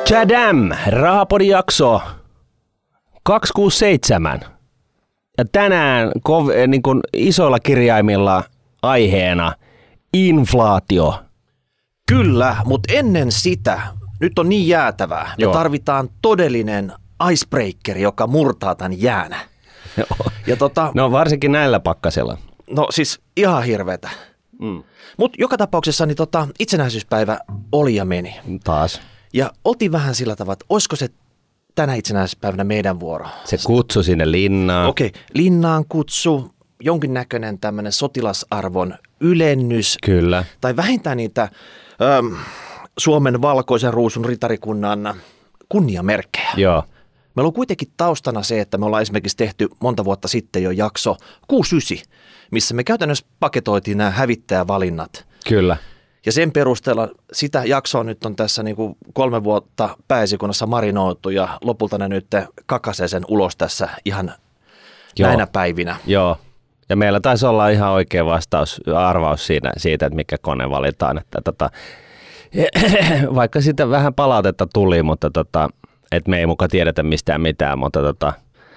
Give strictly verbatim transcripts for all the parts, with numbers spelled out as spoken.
Tchadam, Rahapodin jakso kaksisataakuusikymmentäseitsemän. Ja tänään kov- niin kuin isoilla kirjaimilla aiheena inflaatio. Kyllä, mutta ennen sitä, nyt on niin jäätävää. Me Joo. tarvitaan todellinen icebreaker, joka murtaa tämän jään. Ja tota, No varsinkin näillä pakkasilla. no siis ihan hirveetä. Mm. Mutta joka tapauksessa niin tota, itsenäisyyspäivä oli ja meni. Taas. Ja oltiin vähän sillä tavalla, että olisiko se tänä itsenäisyyspäivänä meidän vuoro. Se kutsu sinne linnaan. Okei, okay, linnaan kutsu, jonkinnäköinen tämmöinen sotilasarvon ylennys. Kyllä. Tai vähintään niitä äm, Suomen valkoisen ruusun ritarikunnan kunniamerkkejä. Joo. Meillä on kuitenkin taustana se, että me ollaan esimerkiksi tehty monta vuotta sitten jo jakso kuusikymmentäyhdeksän, missä me käytännössä paketoitiin nämä hävittäjävalinnat. Kyllä. Ja sen perusteella sitä jaksoa nyt on tässä niin kuin kolme vuotta pääesikunnassa marinoitu ja lopulta ne nyt kakasee sen ulos tässä ihan Joo. näinä päivinä. Joo. Ja meillä taisi olla ihan oikea vastaus, arvaus siinä, siitä, että mikä kone valitaan. Että tota, vaikka sitä vähän palautetta tuli, mutta tota, että me ei muka tiedetä mistään mitään, mutta tota,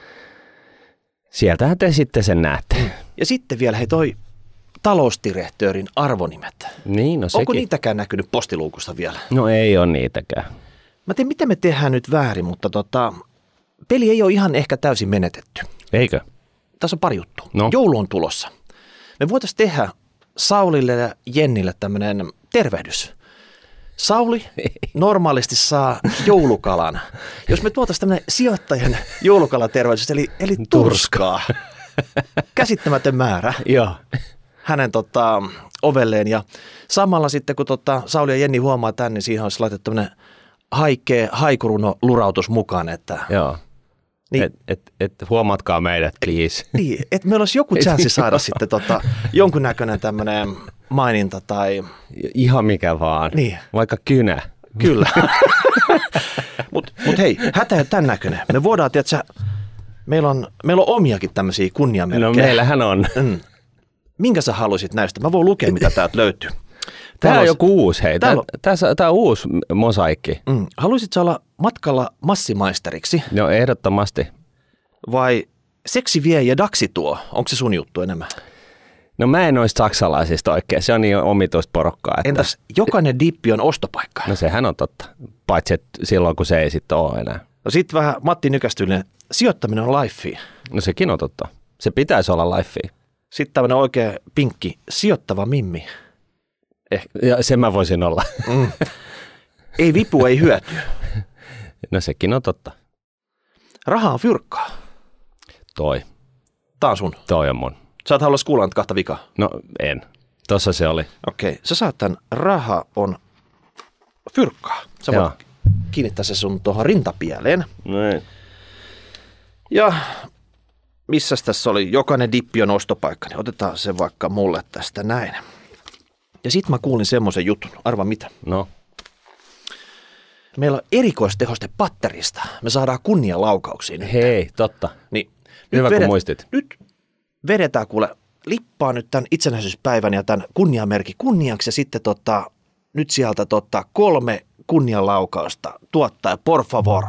sieltähän te sitten sen näette. Ja sitten vielä hei toi talousdirektöörin arvonimet. Niin, no sekin. Onko niitäkään näkynyt postiluukusta vielä? No ei ole niitäkään. Mä tiedän, mitä me tehdään nyt väärin, mutta tota, peli ei ole ihan ehkä täysin menetetty. Eikö? Tässä on pari juttua. No. Joulu on tulossa. Me voitaisiin tehdä Saulille ja Jennille tämmöinen tervehdys. Sauli normaalisti saa joulukalan. Jos me tuotaisiin tämmöinen sijoittajan joulukalatervehdys, eli, eli turskaa. Käsittämätön määrä Joo. hänen tota, ovelleen. Ja samalla sitten, kun tota, Sauli ja Jenni huomaa tämän, niin siihen olisi laitettu tämmöinen haikea haikuruno lurautus mukaan. Että, Joo. niin, Et, et, et huomatkaa meidät, please. niin, että meillä olisi joku chanssi saada sitten tota, jonkunnäköinen tämmöinen maininta tai... Ihan mikä vaan. Niin. Vaikka kynä. Kyllä. Mutta mut hei, hätä ei ole tämän näköinen. Me voidaan, tiedätkö, meillä on, meillä on omiakin tämmöisiä kunniamerkkejä. No meillähän on. Mm. Minkä sä haluaisit näistä? Mä voin lukea, mitä täältä löytyy. Tämä on olisi- joku uusi, hei. Tämä Täällä on- on, tämä on uusi mosaikki. Mm. Haluaisit sä olla matkalla massimaisteriksi No ehdottomasti. vai seksivie ja daksituo? Onko se sun juttu enemmän? No mä en noista saksalaisista oikein, se on niin omituista porukkaa. Että, Entäs jokainen dippi on ostopaikka? no sehän on totta, paitsi että silloin kun se ei sitten ole enää. No sit vähän Matti Nykästyylinen, sijoittaminen on lifea. No sekin on totta. Se pitäisi olla lifea. Sitten tämmöinen oikein pinkki, sijoittava mimmi. Ja sen mä voisin olla. Mm. Ei vipu, ei hyöty. No sekin on totta. Raha on fyrkkaa. Toi, Tää on sun. toi on mun. Sä et halua kuulla kahta vikaa. No en. Tossa se oli. Okei, sä saat tän raha on fyrkkaa. Sä Joo. voit kiinnittää se sun tuohon rintapieleen. No ei. Ja missäs tässä oli? Jokainen dippi on ostopaikka. Niin otetaan se vaikka mulle tästä näin. Ja sit mä kuulin semmoisen jutun. Arva mitä? No. Meillä on erikoistehoste patterista. Me saadaan kunnia laukauksiin. Hei, totta. Niin, Hyvä, kun muistit. Nyt vedetään kuule lippaa nyt tämän itsenäisyyspäivän ja tämän kunniamerkki kunniaksi ja sitten tota, nyt sieltä tota, kolme kunnianlaukausta tuottaja, por favor.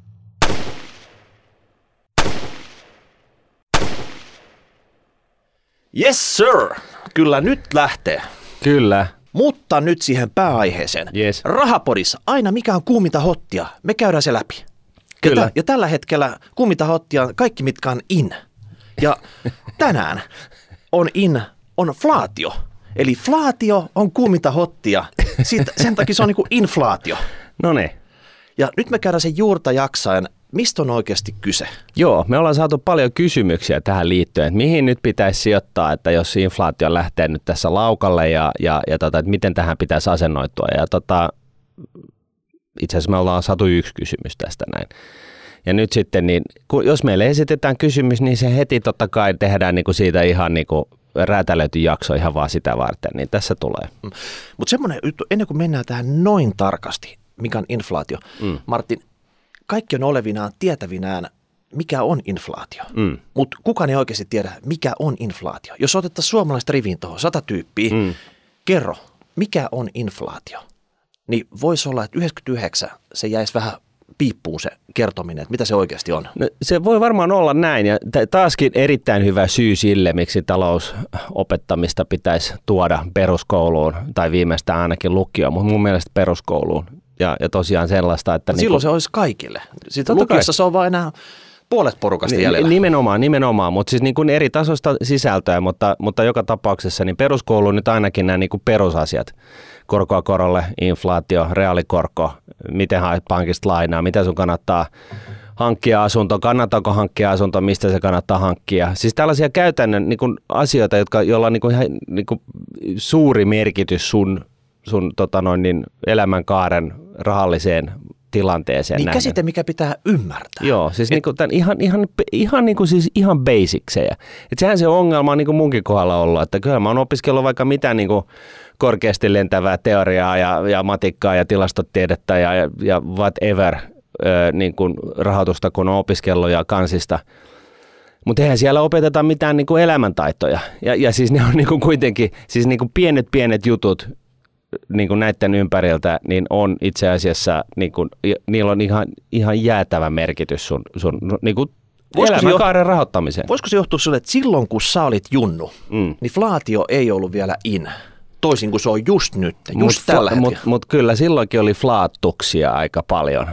Yes sir, kyllä nyt lähtee. Kyllä. Mutta nyt siihen pääaiheeseen. Yes. Rahapodissa aina mikä on kuuminta hottia, me käydään se läpi. Kyllä. Ja, tä- ja tällä hetkellä kuuminta hottia on kaikki mitkä on in. Ja tänään on in, on flaatio. Eli flaatio on kuuminta hottia, Siitä, sen takia se on niinku inflaatio. No niin. Ja nyt me käydään sen juurta jaksaen, mistä on oikeasti kyse. Joo, me ollaan saatu paljon kysymyksiä tähän liittyen, että mihin nyt pitäisi sijoittaa, että jos inflaatio lähtee nyt tässä laukalle ja, ja, ja tota, että miten tähän pitäisi asennoitua. Ja tota, itse asiassa me ollaan saatu yksi kysymys tästä näin. Ja nyt sitten, niin, kun, jos meille esitetään kysymys, niin se heti totta kai tehdään niin kuin siitä ihan niin kuin räätälöity jakso ihan vaan sitä varten, niin tässä tulee. Mutta semmoinen juttu, ennen kuin mennään tähän noin tarkasti, mikä on inflaatio. Mm. Martin, kaikki on olevinaan tietävinään, mikä on inflaatio. Mm. Mutta kukaan ei oikeasti tiedä, mikä on inflaatio. Jos otettaisiin suomalaista riviin tuohon, sata tyyppiä, Mm. kerro, mikä on inflaatio? niin voisi olla, että yhdeksänkymmentäyhdeksän se jäisi vähän piippuun se kertominen, että mitä se oikeasti on. No, se voi varmaan olla näin, ja taaskin erittäin hyvä syy sille, miksi talousopettamista pitäisi tuoda peruskouluun, tai viimeistään ainakin lukioon, mutta mun mielestä peruskouluun. Ja, ja tosiaan sellaista, että... Silloin niin kun, se olisi kaikille. Sitten lukiossa kai se on vain enää puolet porukasta jäljellä. Nimenomaan, nimenomaan, mutta siis niin kuin eri tasoista sisältöä, mutta, mutta joka tapauksessa niin peruskoulu nyt ainakin nämä niin kuin perusasiat. Korkoa korolle, inflaatio, reaalikorko, miten haet pankista lainaa, mitä sun kannattaa hankkia asunto, kannattaako hankkia asunto, mistä se kannattaa hankkia. Siis tällaisia käytännön niin kuin asioita, jotka, joilla on niin kuin ihan niin kuin suuri merkitys sun, sun tota noin, niin elämänkaaren rahalliseen tilanteeseen. Niin näin. Käsite, mikä pitää ymmärtää. Joo, siis Et... niinku ihan, ihan, ihan, niinku siis ihan basicsejä. Et sehän se ongelma on niinku munkin kohdalla ollut, että kyllä mä oon opiskellut vaikka mitä niinku korkeasti lentävää teoriaa ja, ja matikkaa ja tilastotiedettä ja, ja, ja whatever ö, niinku rahoitusta, kun on opiskellut ja kansista. Mutta eihän siellä opeteta mitään niinku elämäntaitoja. Ja, ja siis ne on niinku kuitenkin siis niinku pienet pienet jutut, niin kuin näiden ympäriltä, niin on itse asiassa, niin kuin, niillä on ihan, ihan jäätävä merkitys sun, sun niin kuin elämänkaaren rahoittamiseen. Voisiko se johtua sulle, että silloin kun sä olit junnu, mm. niin flaatio ei ollut vielä in, toisin kuin se on just nyt, just mut, tällä hetkellä. Mutta mut kyllä silloinkin oli flaattuksia aika paljon.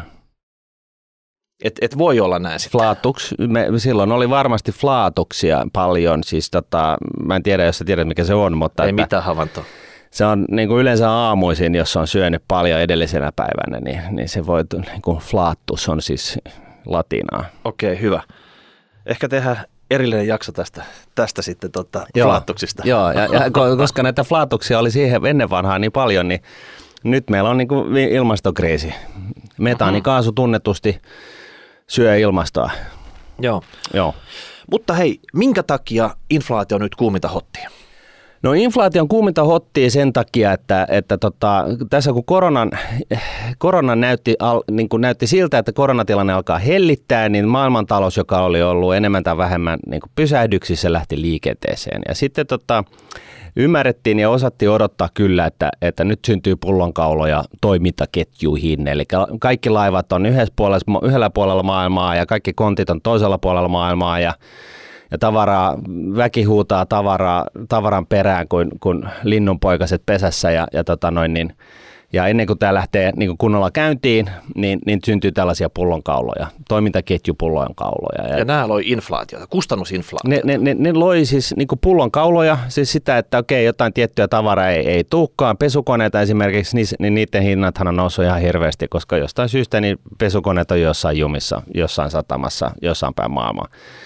Et, et voi olla näin sitten. Flaatuks, me, silloin oli varmasti flaatuksia paljon, siis tota, mä en tiedä, jos sä tiedät mikä se on, mutta... Ei että, mitään havaintoa. Se on niin kuin yleensä aamuisin, jos on syönyt paljon edellisenä päivänä, niin, niin se voi, niin kuin flaattus on siis latinaa. Okei, okay, hyvä. Ehkä tehdään erillinen jakso tästä, tästä sitten tota, flaattuksista. Joo, ja, ja koska näitä flaattuksia oli siihen ennen vanhaa niin paljon, niin nyt meillä on niin kuin ilmastokriisi. Metaanikaasu tunnetusti syö ilmastoa. Joo. Joo. Mutta hei, minkä takia inflaatio on nyt kuuminta hottia? No inflaation kuuminta hottia sen takia, että, että tota, tässä kun koronan, koronan näytti, al, niin kuin näytti siltä, että koronatilanne alkaa hellittää, niin maailmantalous, joka oli ollut enemmän tai vähemmän niin kuin pysähdyksissä, lähti liikenteeseen. Ja sitten tota, ymmärrettiin ja osattiin odottaa kyllä, että, että nyt syntyy pullonkauloja toimintaketjuihin. Eli kaikki laivat on yhdessä puolella, yhdellä puolella maailmaa ja kaikki kontit on toisella puolella maailmaa ja Ja tavaraa, väki huutaa tavaraa, tavaran perään kuin, kuin linnunpoikaset pesässä ja, ja, tota noin, niin, ja ennen kuin tämä lähtee niin kuin kunnolla käyntiin, niin, niin syntyy tällaisia pullonkauloja, toimintaketjupullonkauloja. Ja, ja nämä loi inflaatiota, kustannusinflaatiota. Ne, ne, ne, ne loi siis niin kuin pullonkauloja, siis sitä, että okei, jotain tiettyä tavaraa ei, ei tulekaan. Pesukoneita esimerkiksi, niin niiden hinnathan on noussut ihan hirveästi, koska jostain syystä niin pesukoneet on jossain jumissa, jossain satamassa, jossain päin maailmaa.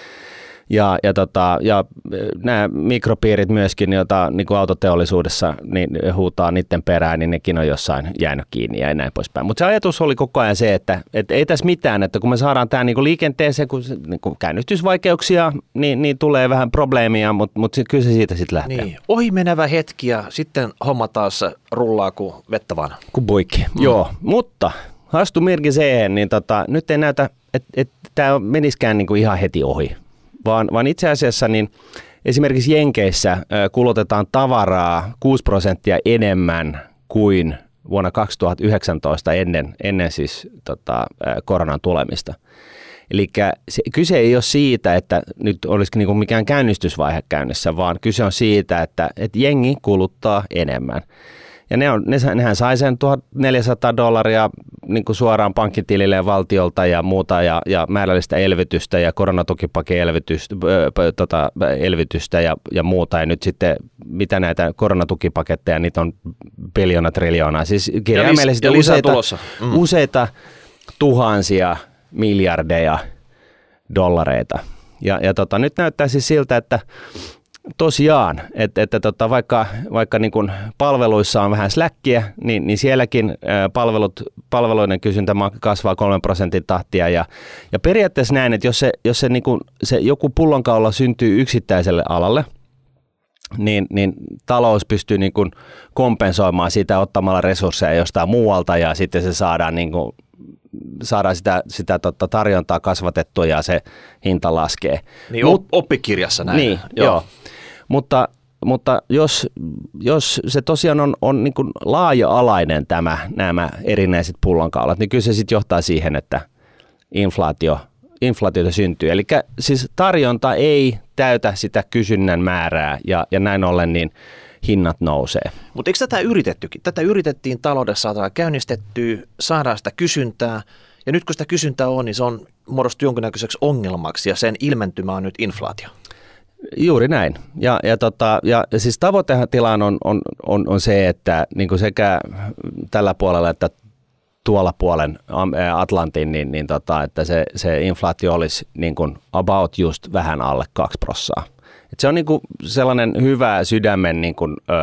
Ja, ja, tota, ja nämä mikropiirit myöskin, joita niin kuin autoteollisuudessa niin huutaa niiden perään, niin nekin on jossain jäänyt kiinni ja näin poispäin. Mutta se ajatus oli koko ajan se, että, että ei tässä mitään, että kun me saadaan tämä niin kuin liikenteeseen, kun niin kuin käynnistysvaikeuksia, niin, niin tulee vähän probleemia, mutta, mutta kyllä se siitä sitten lähtee. Niin. Ohi menevä hetki ja sitten homma taas rullaa kuin vettä vaan. Kuin poikki, mm. Joo. Mutta hastu mirki siihen, niin tota, nyt ei näytä, että, että tämä menisikään niin kuin ihan heti ohi. Vaan, vaan itse asiassa niin esimerkiksi Jenkeissä kulutetaan tavaraa kuusi prosenttia enemmän kuin vuonna kaksituhattayhdeksäntoista ennen, ennen siis tota, koronan tulemista. Eli kyse ei ole siitä, että nyt olisi niin kuin mikään käynnistysvaihe käynnissä, vaan kyse on siitä, että, että jengi kuluttaa enemmän. Ja ne on, ne, nehän sai sen tuhatneljäsataa dollaria niin kuin suoraan pankkitilille valtiolta ja muuta ja, ja määrällistä elvytystä ja koronatukipakin elvytystä, ö, tota, elvytystä ja, ja muuta. Ja nyt sitten mitä näitä koronatukipaketteja, niitä on biljoona, triljoonaa. Siis kirjaimellisesti useita, mm. useita tuhansia miljardeja dollareita. Ja, ja tota, nyt näyttää siis siltä, että tosiaan, että, että tota, vaikka, vaikka niin kuin palveluissa on vähän släkkiä, niin, niin sielläkin palvelut, palveluiden kysyntä kasvaa kolmen prosentin tahtia. Ja, ja periaatteessa näen, että jos, se, jos se, niin kuin, se joku pullonkaula syntyy yksittäiselle alalle, niin, niin talous pystyy niin kuin kompensoimaan sitä ottamalla resursseja jostain muualta ja sitten se saadaan niin kuin saadaan sitä, sitä totta tarjontaa kasvatettua ja se hinta laskee. Niin Mut, oppikirjassa näin. Niin, joo. joo. Mutta, mutta jos, jos se tosiaan on, on niin kuin laaja-alainen tämä, nämä erinäiset pullonkaulat, niin kyllä se sitten johtaa siihen, että inflaatio, inflaatiota syntyy. Eli siis tarjonta ei täytä sitä kysynnän määrää ja, ja näin ollen niin hinnat nousee. Mutta eikö tätä yritettykin? Tätä yritettiin taloudessa saada käynnistettyä, saadaan sitä kysyntää ja nyt kun sitä kysyntää on, niin se on muodostunut jonkinnäköiseksi ongelmaksi ja sen ilmentymä on nyt inflaatio. Juuri näin. Ja, ja, tota, ja siis tavoitetilaan on, on, on, on se, että niin kuin sekä tällä puolella että tuolla puolen Atlantin, niin, niin tota, että se, se inflaatio olisi niin kuin about just vähän alle kaksi prosenttia. Et se on niin kuin sellainen hyvä sydämen niin kuin, ö,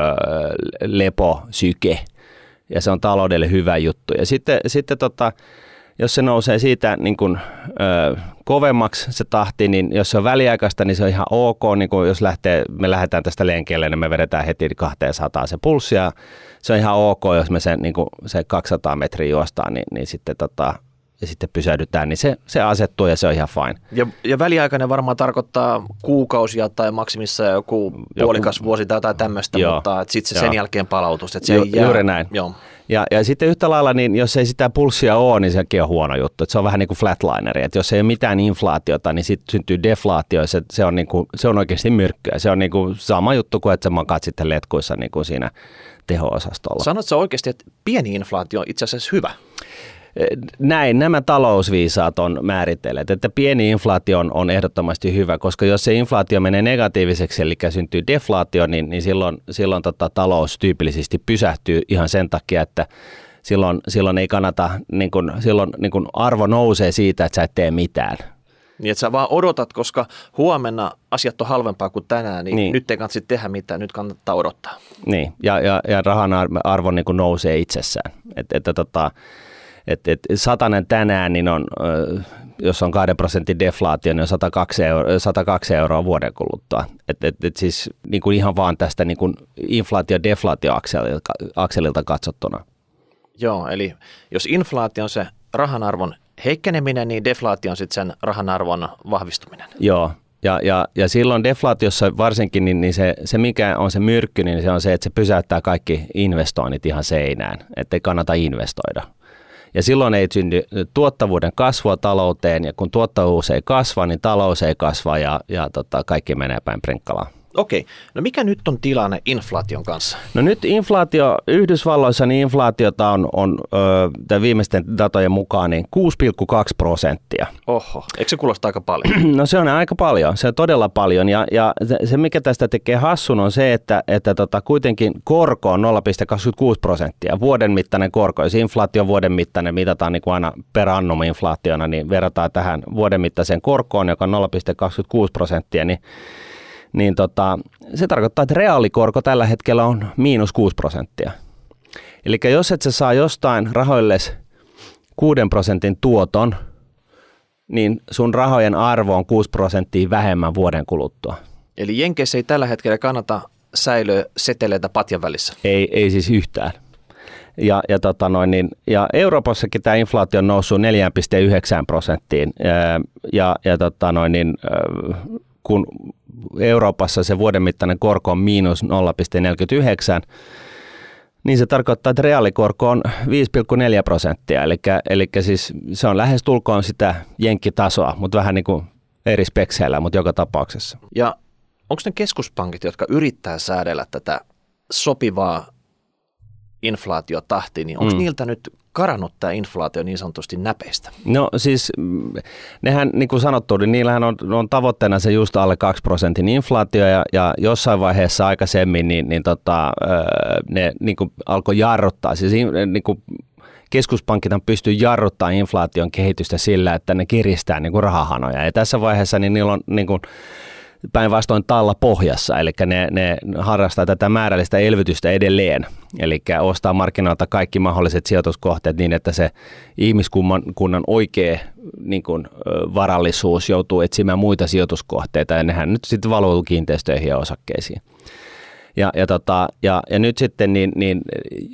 leposyke ja se on taloudelle hyvä juttu. Ja sitten, sitten tota, jos se nousee siitä niin kuin, ö, kovemmaksi se tahti, niin jos se on väliaikaista, niin se on ihan ok. Niin kuin jos lähtee, me lähdetään tästä lenkeelle, niin me vedetään heti kaksisataa se pulssi ja se on ihan ok, jos me sen, niin kuin, se kaksisataa metriä juostaan, niin, niin sitten, tota, ja sitten pysähdytään, niin se, se asettuu ja se on ihan fine. Ja, ja väliaikainen varmaan tarkoittaa kuukausia tai maksimissaan joku puolikas vuosi tai jotain tämmöistä, joo, mutta sitten se sen jälkeen palautus. Että se Ju, ei jää, juuri näin. Joo. Ja, ja sitten yhtä lailla, niin jos ei sitä pulssia ole, niin sekin on huono juttu. Että se on vähän niin kuin flatlineri. Että jos ei ole mitään inflaatiota, niin sitten syntyy deflaatio. Se, se, on, niin kuin, se on oikeasti myrkkyä. Se on niin kuin sama juttu kuin, että sä makaat sitten letkuissa niin kuin siinä teho-osastolla. Sanotko oikeasti, että pieni inflaatio on itse asiassa hyvä? Näin nämä talousviisaat on määritelleet, että pieni inflaatio on, on ehdottomasti hyvä, koska jos se inflaatio menee negatiiviseksi, eli syntyy deflaatio, niin, niin silloin, silloin tota, talous tyypillisesti pysähtyy ihan sen takia, että silloin, silloin ei kannata, niin kun, silloin niin kun arvo nousee siitä, että sä et tee mitään. Niin, että sä vaan odotat, koska huomenna asiat on halvempaa kuin tänään, niin, niin. Nyt ei kannata tehdä mitään, nyt kannattaa odottaa. Niin, ja, ja, ja rahan arvo niin kun nousee itsessään, että et, tota, Että et satanen tänään, niin on, jos on kahden prosentin deflaatio, niin on sata kaksi euroa, sata kaksi euroa vuoden kuluttua. Et, et, et siis niin kuin ihan vaan tästä niin kuin inflaatio-deflaatio-akselilta katsottuna. Joo, eli jos inflaatio on se rahanarvon heikkeneminen, niin deflaatio on sitten sen rahanarvon vahvistuminen. Joo, ja, ja, ja silloin deflaatiossa varsinkin, niin, niin se, se mikä on se myrkky, niin se on se, että se pysäyttää kaikki investoinnit ihan seinään, että ei kannata investoida. Ja silloin ei synny tuottavuuden kasvua talouteen, ja kun tuottavuus ei kasva, niin talous ei kasva, ja, ja tota, kaikki menee päin prinkkalaan. Okei, no mikä nyt on tilanne inflaation kanssa? No nyt inflaatio, Yhdysvalloissa niin inflaatiota on, on ö, viimeisten datojen mukaan niin kuusi pilkku kaksi prosenttia. Oho, eikö se kuulosta aika paljon? No se on aika paljon, se on todella paljon, ja, ja se, se mikä tästä tekee hassun on se, että, että tota, kuitenkin korko on nolla pilkku kaksikymmentäkuusi prosenttia, vuoden mittainen korko, jos inflaatio vuoden mittainen mitataan niin kuin aina per annum inflaationa, niin verrataan tähän vuoden mittaiseen korkoon, joka on nolla pilkku kaksikymmentäkuusi prosenttia, niin niin tota, se tarkoittaa, että reaalikorko tällä hetkellä on miinus kuusi prosenttia. Eli jos et sä saa jostain rahoilles kuuden prosentin tuoton, niin sun rahojen arvo on kuusi prosenttia vähemmän vuoden kuluttua. Eli Jenkeissä ei tällä hetkellä kannata säilöä seteleitä patjan välissä? Ei, ei siis yhtään. Ja, ja, tota noin, niin, ja Euroopassakin tämä inflaatio on noussut neljä pilkku yhdeksän prosenttiin. Ja, ja, ja tota noin, niin, kun Euroopassa se vuoden mittainen korko on miinus nolla pilkku neljäkymmentäyhdeksän, niin se tarkoittaa, että reaalikorko on viisi pilkku neljä prosenttia, eli, eli siis se on lähes tulkoon sitä jenkkitasoa, mutta vähän niin kuin eri spekseillä, mutta joka tapauksessa. Ja onko ne keskuspankit, jotka yrittää säädellä tätä sopivaa inflaatiotahtia, niin onko mm. niiltä nyt karannut tämä inflaatio niin sanotusti näpeistä? No siis nehän, niin kuin sanottu, niin niillähän on, on tavoitteena se just alle kaksi prosentin inflaatio, ja, ja jossain vaiheessa aikaisemmin niin, niin tota, ne niin kuin alkoi jarruttaa. Siis niin kuin keskuspankithan pystyy jarruttamaan inflaation kehitystä sillä, että ne kiristää niin kuin rahahanoja, ja tässä vaiheessa niin niillä on niin kuin päinvastoin talla pohjassa, eli ne, ne harrastaa tätä määrällistä elvytystä edelleen, eli ostaa markkinoilta kaikki mahdolliset sijoituskohteet niin, että se ihmiskunnan oikea niin kuin, varallisuus joutuu etsimään muita sijoituskohteita, ja nehän nyt sitten valuu kiinteistöihin ja osakkeisiin. Ja, ja, tota, ja, ja nyt sitten niin, niin,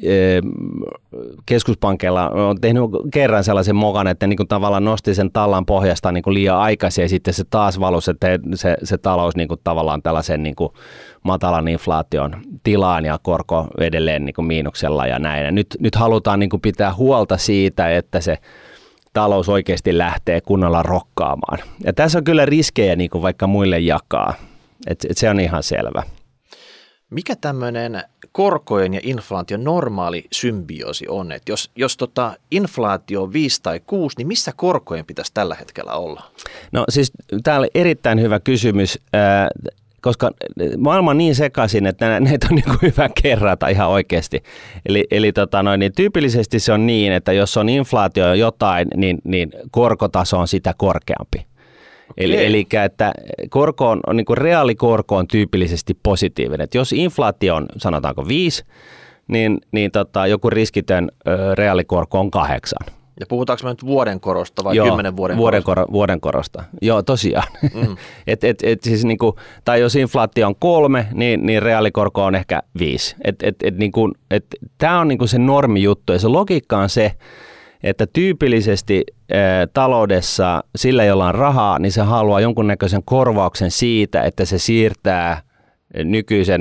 keskuspankkeilla on tehnyt kerran sellaisen mokan, että niin kuin tavallaan nosti sen tallan pohjasta niin kuin liian aikaisin ja sitten se taas valusi se, se, se talous niin kuin tavallaan tällaisen niin kuin matalan inflaation tilaan ja korko edelleen niin kuin miinuksella ja näin. Ja nyt, nyt halutaan niin kuin pitää huolta siitä, että se talous oikeasti lähtee kunnolla rokkaamaan. Ja tässä on kyllä riskejä niin kuin vaikka muille jakaa, että et se on ihan selvä. Mikä tämmöinen korkojen ja inflaation normaali symbioosi on? Et jos jos tota inflaatio on viisi tai kuusi, niin missä korkojen pitäisi tällä hetkellä olla? No siis tämä oli erittäin hyvä kysymys, äh, koska maailma on niin sekaisin, että näitä on niin kuin hyvä kerrata ihan oikeasti. Eli, eli tota noin, niin tyypillisesti se on niin, että jos on inflaatio jotain, niin, niin korkotaso on sitä korkeampi. Eli, eli että korko on, on niin kuin reaalikorko on tyypillisesti positiivinen. Et jos inflaatio on sanotaanko viisi, niin, niin tota, joku riskitön ö, reaalikorko on kahdeksan. Ja puhutaanko me nyt vuoden korosta vai Joo, kymmenen vuoden, vuoden korosta? Kor, vuoden korosta. Joo, tosiaan. Mm. et, et, et siis niin kuin, tai jos inflaatio on kolme, niin, niin reaalikorko on ehkä viisi. Et, et, et, niin kuin, et, tämä on niin kuin se normijuttu ja se logiikka on se, että tyypillisesti ä, taloudessa sillä, jolla on rahaa, niin se haluaa jonkunnäköisen korvauksen siitä, että se siirtää nykyisen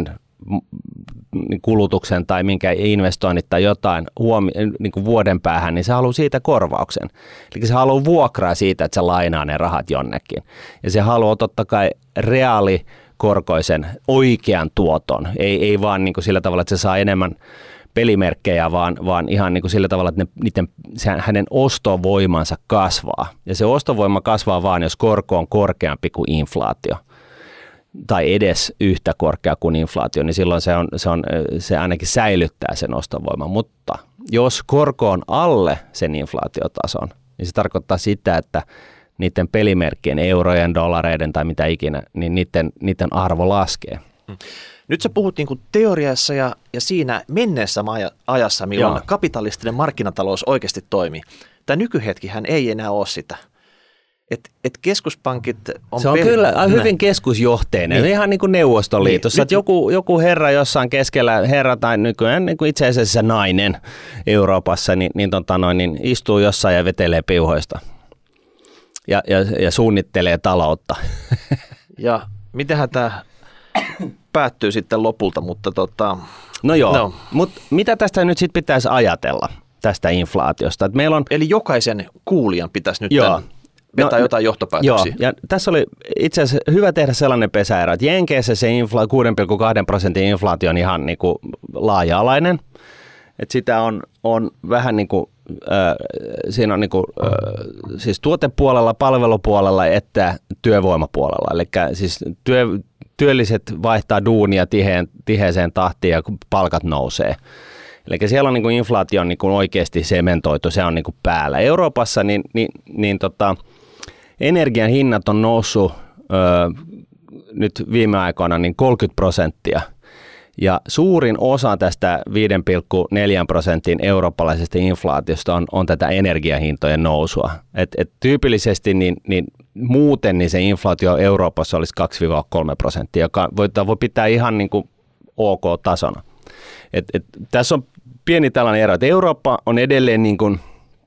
kulutuksen tai minkä investoinnit tai jotain huomi- niin kuin vuoden päähän, niin se haluaa siitä korvauksen. Eli se haluaa vuokraa siitä, että se lainaa ne rahat jonnekin. Ja se haluaa totta kai reaalikorkoisen oikean tuoton, ei, ei vaan niin kuin sillä tavalla, että se saa enemmän pelimerkkejä, vaan, vaan ihan niin kuin sillä tavalla, että ne, niiden, se, hänen ostovoimansa kasvaa. Ja se ostovoima kasvaa vaan, jos korko on korkeampi kuin inflaatio tai edes yhtä korkea kuin inflaatio, niin silloin se, on, se, on, se ainakin säilyttää sen ostovoiman. Mutta jos korko on alle sen inflaatiotason, niin se tarkoittaa sitä, että niiden pelimerkkien, eurojen, dollareiden tai mitä ikinä, niin niiden, niiden arvo laskee. Nyt sä puhut niin kuin teoriassa ja, ja siinä menneessä ajassa, milloin Joo. kapitalistinen markkinatalous oikeasti toimii. Tämä nykyhetkihän ei enää ole sitä. Et, et keskuspankit on... Se on pel- kyllä hyvin keskusjohteinen, niin. Ihan niin kuin Neuvostoliitossa. Niin. Joku, joku herra jossain keskellä, herra tai nykyään niin kuin itse asiassa nainen Euroopassa, niin, niin, tota noin, niin istuu jossain ja vetelee piuhoista ja, ja, ja suunnittelee taloutta. Ja mitenhän tämä päättyy sitten lopulta, mutta tota... No joo, no. mutta mitä tästä nyt sitten pitäisi ajatella, tästä inflaatiosta? Et meillä on... Eli jokaisen kuulijan pitäisi nyt... Joo. vetää no, jotain johtopäätöksiä. Joo, ja tässä oli itse asiassa hyvä tehdä sellainen pesäerä, että Jenkeissä se infla, kuusi pilkku kaksi prosentin inflaatio on ihan niin kuin laaja-alainen. Että sitä on, on vähän niin kuin, äh, siinä on niin kuin, äh, siis tuotepuolella, palvelupuolella että työvoimapuolella. Eli siis työ, työlliset vaihtaa duunia tiheen, tiheeseen tahtiin ja palkat nousee. Eli siellä on niin kuin inflaatio on niin kuin oikeasti sementoitu, se on niin kuin päällä. Euroopassa niin, niin, niin tota, energian hinnat on noussut ö, nyt viime aikoina niin kolmekymmentä prosenttia. Ja suurin osa tästä viisi pilkku neljä prosentin eurooppalaisesta inflaatiosta on, on tätä energiahintojen nousua. Et, et tyypillisesti niin, niin muuten niin se inflaatio Euroopassa olisi kaksi kolme prosenttia, joka voi, voi pitää ihan niin kuin ok-tasona. Et, et, tässä on pieni tällainen ero, että Eurooppa on edelleen niin kuin,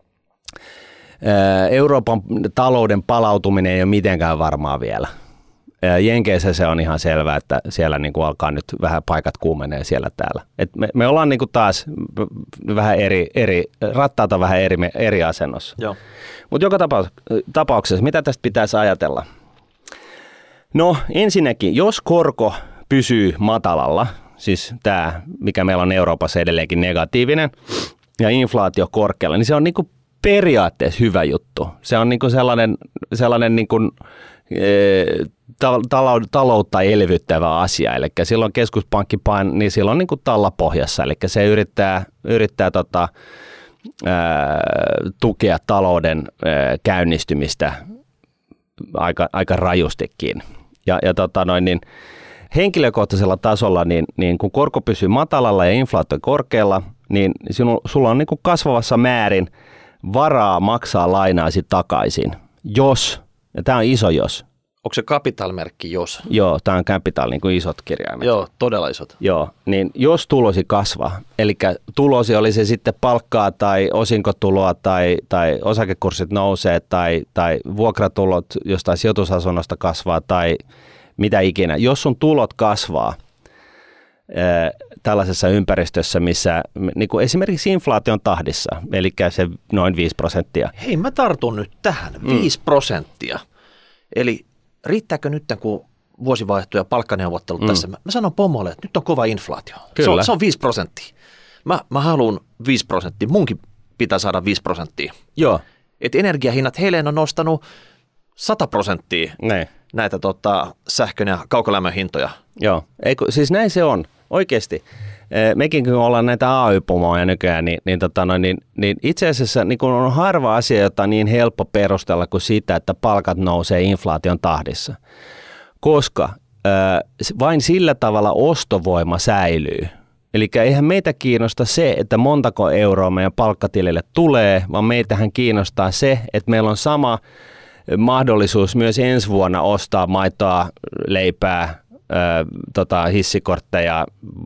ää, Euroopan talouden palautuminen ei ole mitenkään varmaa vielä. Ää, Jenkeissä se on ihan selvää, että siellä niin kuin alkaa nyt vähän paikat kuumenee siellä täällä. Et me, me ollaan niin kuin taas vähän eri, eri rattaata vähän eri, eri asennossa. Mutta joka tapauksessa, mitä tästä pitäisi ajatella? No ensinnäkin, jos korko pysyy matalalla, siis tämä, mikä meillä on Euroopassa edelleenkin negatiivinen, ja inflaatio korkealla, niin se on niinku periaatteessa hyvä juttu. Se on niinku sellainen, sellainen niinku, e, ta- taloutta elvyttävä asia. Eli silloin keskuspankki pain, niin silloin niinku talla pohjassa. Eli se yrittää, yrittää tota, ää, tukea talouden ää, käynnistymistä aika, aika rajustikin. Ja, ja tota noin, niin henkilökohtaisella tasolla, niin, niin kun korko pysyy matalalla ja inflaatio korkealla, niin sinu, sulla on niin kuin kasvavassa määrin varaa maksaa lainaasi takaisin, jos, ja tämä on iso jos, Onko se Capital-merkki jos? Joo, tämä on Capital, niin kuin isot kirjaimet. Joo, todella isot. Joo, niin jos tulosi kasvaa, eli tulosi oli se sitten palkkaa tai osinkotuloa tai, tai osakekurssit nousee tai, tai vuokratulot jostain sijoitusasunnosta kasvaa tai mitä ikinä. Jos sun tulot kasvaa ää, tällaisessa ympäristössä, missä niin kuin esimerkiksi inflaation tahdissa, eli se noin viisi prosenttia. Hei, mä tartun nyt tähän, viisi prosenttia. Eli riittääkö nyt, kun vuosi vaihtuu ja palkkaneuvottelut mm. tässä? Mä, mä sanon pomolle, että nyt on kova inflaatio. Se on, se on viisi prosenttia. Mä, mä haluan viisi prosenttia. Munkin pitää saada viisi prosenttia. Joo. Et energiahinnat heille on nostanut sata prosenttia ne. näitä tota, sähkön ja kaukolämmön hintoja. Joo, Eiku, siis näin se on. Oikeasti. Mekin kun ollaan näitä A Y-pomoja nykyään, niin, niin, tota noin, niin, niin itse asiassa niin kun on harva asia, jota on niin helppo perustella kuin sitä, että palkat nousee inflaation tahdissa. Koska äh, vain sillä tavalla ostovoima säilyy. Eli eihän meitä kiinnosta se, että montako euroa meidän palkkatilille tulee, vaan meitähän kiinnostaa se, että meillä on sama mahdollisuus myös ensi vuonna ostaa maitoa, leipää, äh, tota, hissikortteja,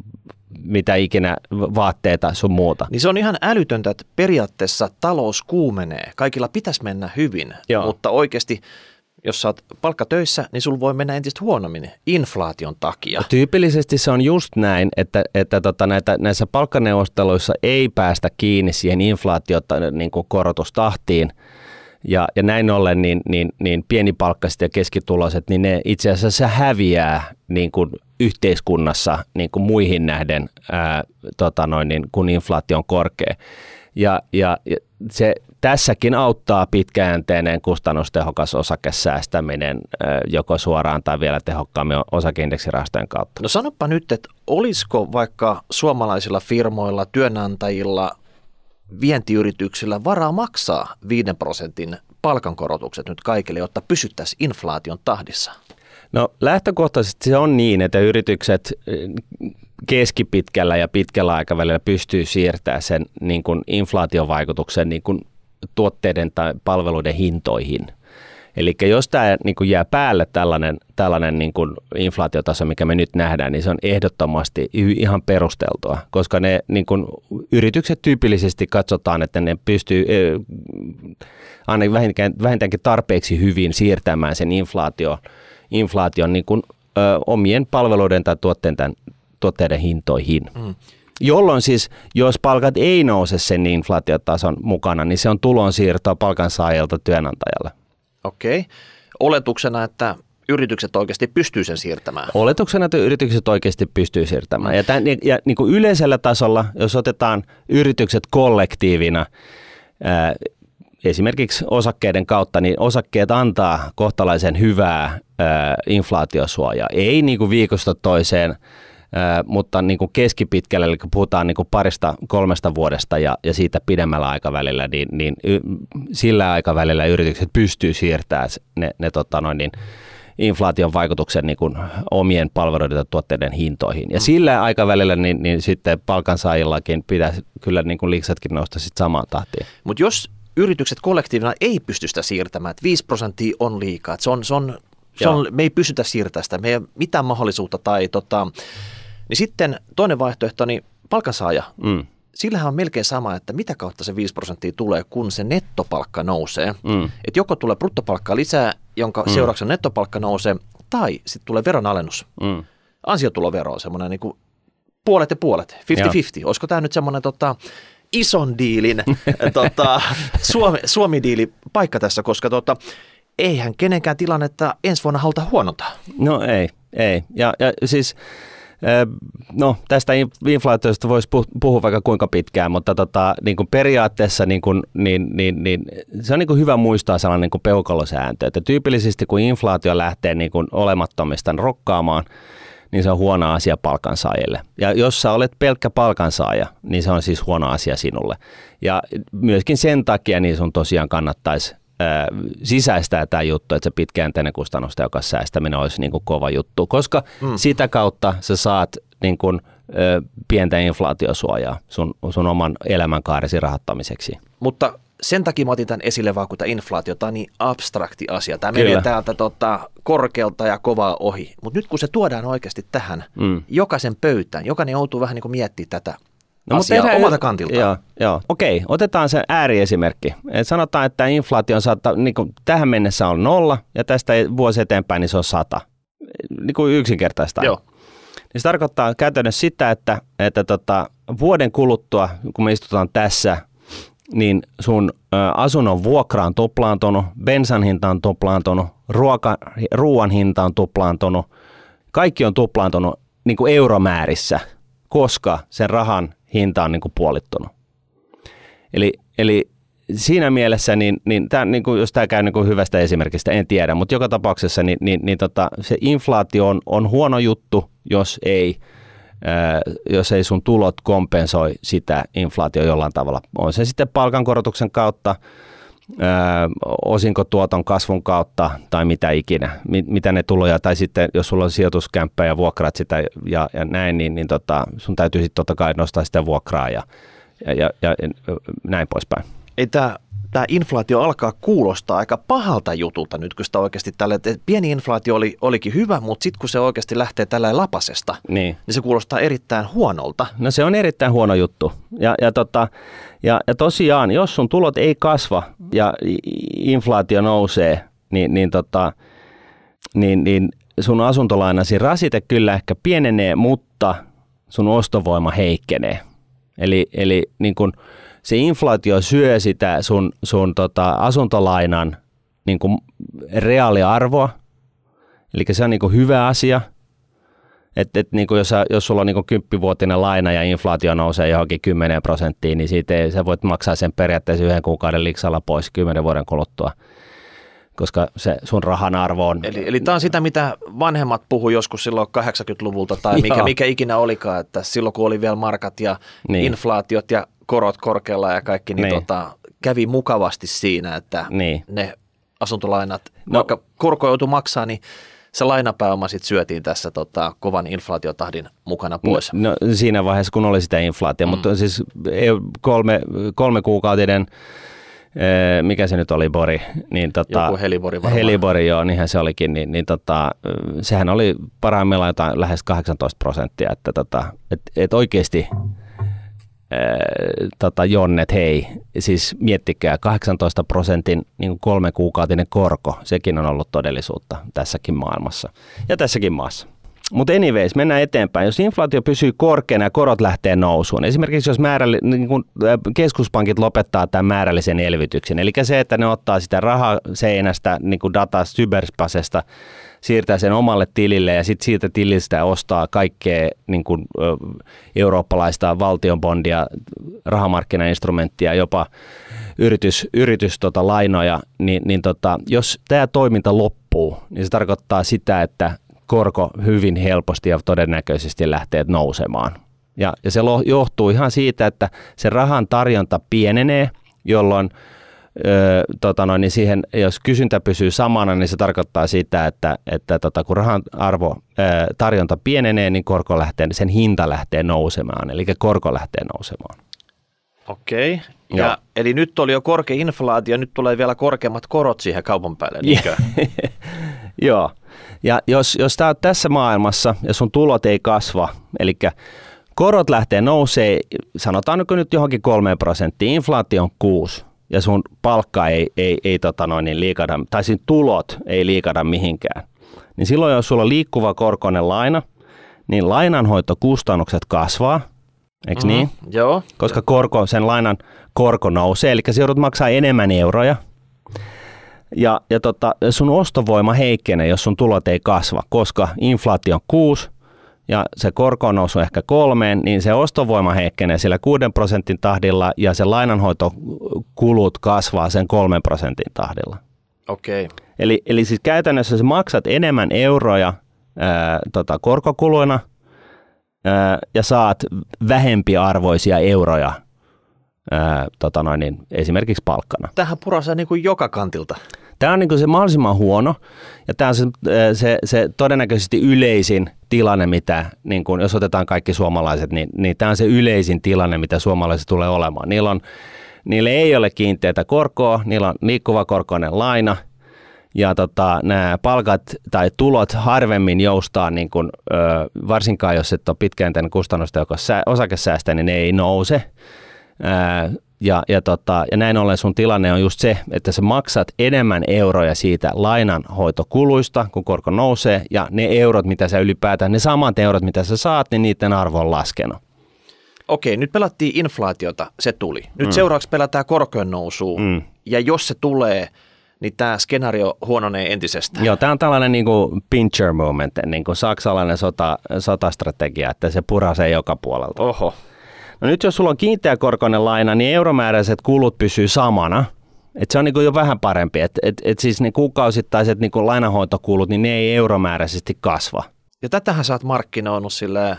mitä ikinä vaatteita sun muuta. Niin se on ihan älytöntä, että periaatteessa talous kuumenee. Kaikilla pitäisi mennä hyvin, Joo. mutta oikeasti jos sä oot palkkatöissä, niin sulla voi mennä entistä huonommin inflaation takia. Ja tyypillisesti se on just näin, että, että tota näitä, näissä palkkaneuvosteluissa ei päästä kiinni siihen inflaatiota niin kuin korotustahtiin. Ja, ja näin ollen niin, niin, niin pienipalkkaiset ja keskituloiset, niin ne itse asiassa häviää niin kuin yhteiskunnassa niin kuin muihin nähden, ää, tota noin, niin, kun inflaatio on korkea. Ja, ja, ja se tässäkin auttaa pitkäjänteinen kustannustehokas osakesäästäminen ää, joko suoraan tai vielä tehokkaammin osakeindeksirahastojen kautta. No sanoppa nyt, että olisiko vaikka suomalaisilla firmoilla, työnantajilla, vientiyrityksillä varaa maksaa viiden prosentin palkankorotukset nyt kaikille, jotta pysyttäisiin inflaation tahdissa? No lähtökohtaisesti se on niin, että yritykset keskipitkällä ja pitkällä aikavälillä pystyy siirtämään sen niin kuin inflaatiovaikutuksen niin kuin tuotteiden tai palveluiden hintoihin. Eli jos tämä niin kuin jää päälle tällainen, tällainen niin kuin inflaatiotaso, mikä me nyt nähdään, niin se on ehdottomasti ihan perusteltua, koska ne niin kuin yritykset tyypillisesti katsotaan, että ne pystyy aina vähintäänkin tarpeeksi hyvin siirtämään sen inflaatio, inflaation niin kuin, ö, omien palveluiden tai tuotteiden, tuotteiden hintoihin. Mm. Jolloin siis, jos palkat ei nouse sen inflaatiotason mukana, niin se on tulonsiirtoa palkansaajalta työnantajalle. Okei. Oletuksena, että yritykset oikeasti pystyy sen siirtämään. Oletuksena, että yritykset oikeasti pystyy siirtämään. Ja, tämän, ja niin kuin yleisellä tasolla, jos otetaan yritykset kollektiivina, ää, esimerkiksi osakkeiden kautta, niin osakkeet antaa kohtalaisen hyvää ää, inflaatiosuojaa. Ei niin kuin viikosta toiseen, ää, mutta niin kuin keskipitkällä, eli kun puhutaan niin kuin parista kolmesta vuodesta ja, ja siitä pidemmällä aikavälillä, niin, niin y, sillä aikavälillä yritykset pystyy siirtämään ne, ne tota noin, niin, inflaation vaikutuksen niin kuin omien palveluiden ja tuotteiden hintoihin. Ja mm. sillä aikavälillä niin, niin sitten palkansaajillakin pitäisi kyllä niin kuin liksatkin nousta sitten samaan tahtiin. Mutta jos yritykset kollektiivina ei pysty sitä siirtämään, että viisi prosenttia on liikaa, että se on, se on, se on, me ei pystytä siirtämään sitä, me ei ole mitään mahdollisuutta, tai tota, niin sitten toinen vaihtoehto, niin palkansaaja, mm. sillähän on melkein sama, että mitä kautta se viisi prosenttia tulee, kun se nettopalkka nousee. Mm. Että joko tulee bruttopalkkaa lisää, jonka mm. seurauksena nettopalkka nousee, tai sitten tulee veronalennus. Mm. Ansiotulovero on semmoinen niin kuin puolet ja puolet, viisikymmentä viisikymmentä. Olisiko tämä nyt semmoinen tota, ison diilin tota, Suomi, Suomi-diili paikka tässä, koska tota, eihän kenenkään tilannetta ensi vuonna haluta huonontaa. No ei, ei. Ja, ja siis no, tästä inflaatiosta voisi puhua vaikka kuinka pitkään, mutta tota, niin kuin periaatteessa niin kuin, niin, niin, niin, se on niin kuin hyvä muistaa sellainen niin kuin peukalosääntö, että tyypillisesti kun inflaatio lähtee niin kuin olemattomista rokkaamaan, niin se on huono asia palkansaajille. Ja jos sä olet pelkkä palkansaaja, niin se on siis huono asia sinulle. Ja myöskin sen takia niin sun tosiaan kannattaisi ää, sisäistää tämä juttu, että se pitkäjänteinen kustannustehokas säästäminen olisi niin kuin kova juttu, koska mm. sitä kautta sä saat niin kuin, ä, pientä inflaatiosuojaa sun, sun oman elämänkaaresi rahoittamiseksi. Mutta sen takia mä otin tämän esille vaan, kun tämä inflaatio, tämä on niin abstrakti asia. Tämä Kyllä. menee täältä tota, korkealta ja kovaa ohi. Mutta nyt kun se tuodaan oikeasti tähän, mm. jokaisen pöytään, jokainen joutuu vähän niin kuin miettimään tätä no, asiaa tehdään, omalta kantiltaan. Joo, joo. Okei, otetaan se ääriesimerkki. Et sanotaan, että inflaatio saattaa, niin kuin tähän mennessä on nolla ja tästä vuosi eteenpäin niin se on sata. Niin kuin yksinkertaista. Joo. Niin se tarkoittaa käytännössä sitä, että, että tota, vuoden kuluttua, kun me istutaan tässä, niin sun ä, asunnon vuokra on tuplaantunut, bensan hinta on tuplaantunut, ruoka, ruoan hinta on tuplaantunut, kaikki on tuplaantunut niin kuin euromäärissä, koska sen rahan hinta on niin kuin puolittunut. Eli, eli siinä mielessä, niin, niin tää, niin kuin, jos tämä käy niin kuin hyvästä esimerkistä, en tiedä, mutta joka tapauksessa niin, niin, niin tota, se inflaatio on, on huono juttu, jos ei, ää, jos ei sun tulot kompensoi sitä inflaatio jollain tavalla. On se sitten palkankorotuksen kautta, ää, osinkotuoton kasvun kautta tai mitä ikinä, mit, mitä ne tuloja, tai sitten jos sulla on sijoituskämppä ja vuokraat sitä ja, ja näin, niin, niin tota, sun täytyy sitten totta kai nostaa sitä vuokraa ja, ja, ja, ja näin poispäin. Ei tämä, tämä inflaatio alkaa kuulostaa aika pahalta jutulta nyt, kun sitä oikeasti tällä, että pieni inflaatio oli, olikin hyvä, mutta sitten kun se oikeasti lähtee tällä lapasesta, niin. niin se kuulostaa erittäin huonolta. No se on erittäin huono juttu. Ja, ja, tota, ja, ja tosiaan, jos sun tulot ei kasva ja inflaatio nousee, niin, niin, tota, niin, niin sun asuntolainasi rasite kyllä ehkä pienenee, mutta sun ostovoima heikkenee. Eli, eli niin kun se inflaatio syö sitä sun, sun tota asuntolainan niin kuin reaaliarvoa, eli se on niin kuin hyvä asia, että et niin kuin jos, jos sulla on niin kuin kymppivuotinen laina ja inflaatio nousee johonkin kymmenen prosenttiin, niin siitä ei, sä voit maksaa sen periaatteessa yhden kuukauden liksalla pois kymmenen vuoden kuluttua, koska se sun rahan arvo on... Eli, eli tämä on sitä, mitä vanhemmat puhu joskus silloin kahdeksankymmentäluvulta tai mikä, mikä ikinä olikaan, että silloin kun oli vielä markat ja niin. inflaatiot ja korot korkealla ja kaikki, niin, niin. Tota, kävi mukavasti siinä, että niin. ne asuntolainat, no. vaikka korko joutui maksaa, niin se lainapääoma sitten syötiin tässä tota, kovan inflaatiotahdin mukana pois. No, no siinä vaiheessa, kun oli sitä inflaatiota, mm. mutta siis kolme, kolme kuukautinen, mikä se nyt oli, Bori? Niin, tota, Joku helibori varmaan. Helibori, joo, niinhän se olikin, niin, niin tota, sehän oli parhaimmillaan jotain lähes kahdeksantoista prosenttia, että tota, et, et oikeasti... Tota, jonnet, hei, siis miettikää, kahdeksantoista prosentin niin kolme kuukautinen korko, sekin on ollut todellisuutta tässäkin maailmassa ja tässäkin maassa. Mutta anyways, mennään eteenpäin. Jos inflaatio pysyy korkeana ja korot lähtee nousuun, esimerkiksi jos määräll- niin kun keskuspankit lopettaa tämän määrällisen elvytyksen, eli se, että ne ottaa sitä rahaa seinästä, niin kuin dataa cyberspasesta, siirtää sen omalle tilille ja sitten siitä tilistä ostaa kaikkea niin kuin, ö, eurooppalaista valtionbondia, rahamarkkinainstrumenttia, jopa yritys, yritys tota, lainoja, niin, niin tota, jos tämä toiminta loppuu, niin se tarkoittaa sitä, että korko hyvin helposti ja todennäköisesti lähtee nousemaan. Ja, ja se johtuu ihan siitä, että se rahan tarjonta pienenee, jolloin Öö, tota noin, niin siihen, jos kysyntä pysyy samana, niin se tarkoittaa sitä, että, että tota, kun rahan arvo öö, tarjonta pienenee, niin korko lähtee, sen hinta lähtee nousemaan, eli korko lähtee nousemaan. Okei, ja, ja eli nyt oli jo korkea inflaatio, nyt tulee vielä korkeammat korot siihen kaupan päälle, niinkö? Joo, ja jos, jos tää on tässä maailmassa ja sun tulot ei kasva, eli korot lähtee nousee, sanotaan nyt johonkin kolmeen prosenttiin, inflaatio on kuusi, ja sun palkka ei, ei, ei tota noin, niin liikada, tai siinä tulot ei liikada mihinkään, niin silloin jos sulla on liikkuva korkoinen laina, niin lainanhoitokustannukset kasvaa, eikö mm-hmm. niin? Joo. Koska korko, sen lainan korko nousee, eli sä joudut maksaa enemmän euroja, ja, ja tota, sun ostovoima heikkenee, jos sun tulot ei kasva, koska inflaatio on kuusi, ja se korko on noussut ehkä kolmeen, niin se ostovoima heikkenee sillä kuuden prosentin tahdilla ja se lainanhoitokulut kasvaa sen kolmen prosentin tahdilla. Okei. Okay. Eli, eli siis käytännössä sä maksat enemmän euroja ää, tota, korkokuluina ää, ja saat vähempiarvoisia euroja ää, tota noin, niin esimerkiksi palkkana. Tähän purasee niin kuin joka kantilta. Tämä on niin kuin se mahdollisimman huono ja tämä on se, se, se todennäköisesti yleisin tilanne, mitä, niin kuin, jos otetaan kaikki suomalaiset, niin, niin tämä on se yleisin tilanne, mitä suomalaiset tulee olemaan. Niillä on niille ei ole kiinteätä korkoa, niillä on liikkuvakorkoinen laina, ja tota, nämä palkat tai tulot harvemmin joustaa, niin kun, ö, varsinkaan jos et ole pitkäjänteinen kustannusta, joka osakesäästä, niin ne ei nouse. Ää, ja, ja, tota, ja näin ollen sun tilanne on just se, että sä maksat enemmän euroja siitä lainanhoitokuluista, kun korko nousee, ja ne eurot, mitä sä ylipäätään, ne samat eurot, mitä sä saat, niin niiden arvo on laskenut. Okei, nyt pelattiin inflaatiota, se tuli. Nyt mm. seuraavaksi pelataan korkojen nousua, mm. ja jos se tulee, niin tämä skenaario huononee entisestään. Joo, tämä on tällainen niin kuin pincher moment, niin kuin saksalainen sota, sotastrategia, että se purasee joka puolelta. Oho. No nyt jos sulla on kiinteäkorkoinen laina, niin euromääräiset kulut pysyy samana. Et se on niin kuin jo vähän parempi. Et, et, et siis ne kuukausittaiset niin kuin lainanhoitokulut, niin ne ei euromääräisesti kasva. Ja tätähän sä oot markkinoinut silleen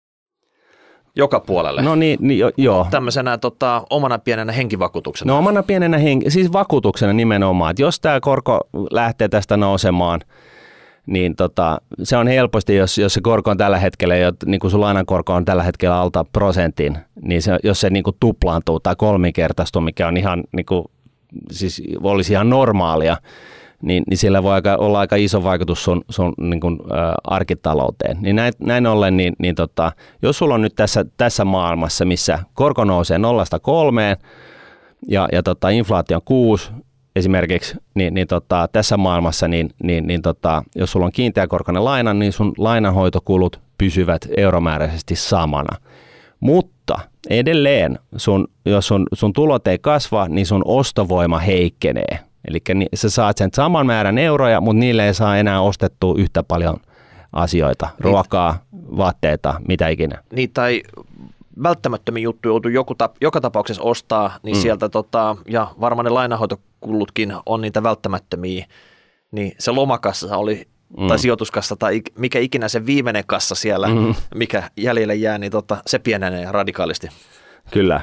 joka puolelle. No niin, niin jo, joo. Tämmöisenä tota, omana pienenä henkivakuutuksena. No omana pienenä henki, siis vakuutuksena nimenomaan. Että jos tämä korko lähtee tästä nousemaan, niin tota, se on helposti, jos, jos se korko on tällä hetkellä, niin kuin sun lainankorko on tällä hetkellä alta prosentin, niin se, jos se niin kuin tuplaantuu tai kolminkertaistuu, mikä on ihan, niin kuin, siis olisi ihan normaalia, niin, niin sillä voi aika, olla aika iso vaikutus sun, sun niin kuin, ä, arkitalouteen. Niin näin, näin ollen, niin, niin tota, jos sulla on nyt tässä, tässä maailmassa, missä korko nousee nollasta kolmeen ja, ja tota, inflaatio on kuusi, esimerkiksi, niin, niin tota, tässä maailmassa, niin, niin, niin tota, jos sulla on kiinteäkorkoinen laina, niin sun lainanhoitokulut pysyvät euromääräisesti samana. Mutta edelleen, sun, jos sun, sun tulot ei kasva, niin sun ostovoima heikkenee. Eli sä saat sen saman määrän euroja, mutta niille ei saa enää ostettua yhtä paljon asioita, ruokaa, vaatteita, mitä ikinä. Niin, tai välttämättömiä juttuja joutuu joku tap, joka tapauksessa ostaa, niin mm. sieltä, tota, ja varmaan ne lainanhoitokulutkin on niitä välttämättömiä, niin se lomakassa oli, mm. tai sijoituskassa, tai mikä ikinä se viimeinen kassa siellä, mm. mikä jäljelle jää, niin tota, se pienenee radikaalisti. Kyllä.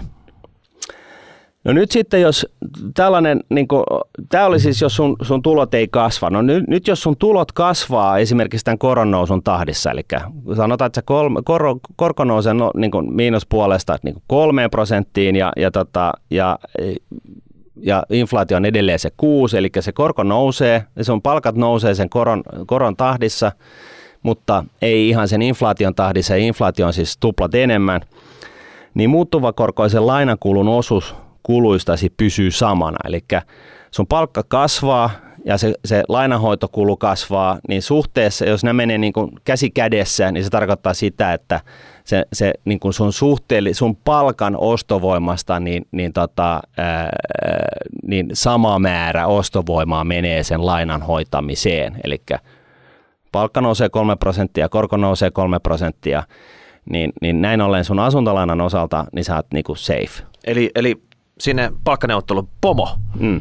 No nyt sitten, jos tällainen, niin kuin, tämä oli siis, jos sun, sun tulot ei kasva. No nyt, nyt jos sun tulot kasvaa esimerkiksi tämän koronnousun tahdissa, eli sanotaan, että se kor, kor, korko nousee no, niin kuin miinuspuolesta niin kuin kolmeen prosenttiin ja, ja, tota, ja, ja inflaatio on edelleen se kuusi, eli se korko nousee, ja sun palkat nousee sen koron, koron tahdissa, mutta ei ihan sen inflaation tahdissa, ja inflaatio on siis tuplat enemmän, niin muuttuvakorkoisen lainakulun osuus kuluistasi pysyy samana, eli sun palkka kasvaa ja se, se lainanhoitokulu kasvaa, niin suhteessa, jos nämä menee niin kuin käsi kädessä, niin se tarkoittaa sitä, että se, se niin kuin sun, suhteelli, sun palkan ostovoimasta niin, niin, tota, ää, niin sama määrä ostovoimaa menee sen lainan hoitamiseen, eli palkka nousee kolme prosenttia, korko nousee kolme prosenttia, niin, niin näin ollen sun asuntolainan osalta, niin sä oot niin kuin safe. Eli, eli sinne palkkaneuvotteluun pomo. Mm.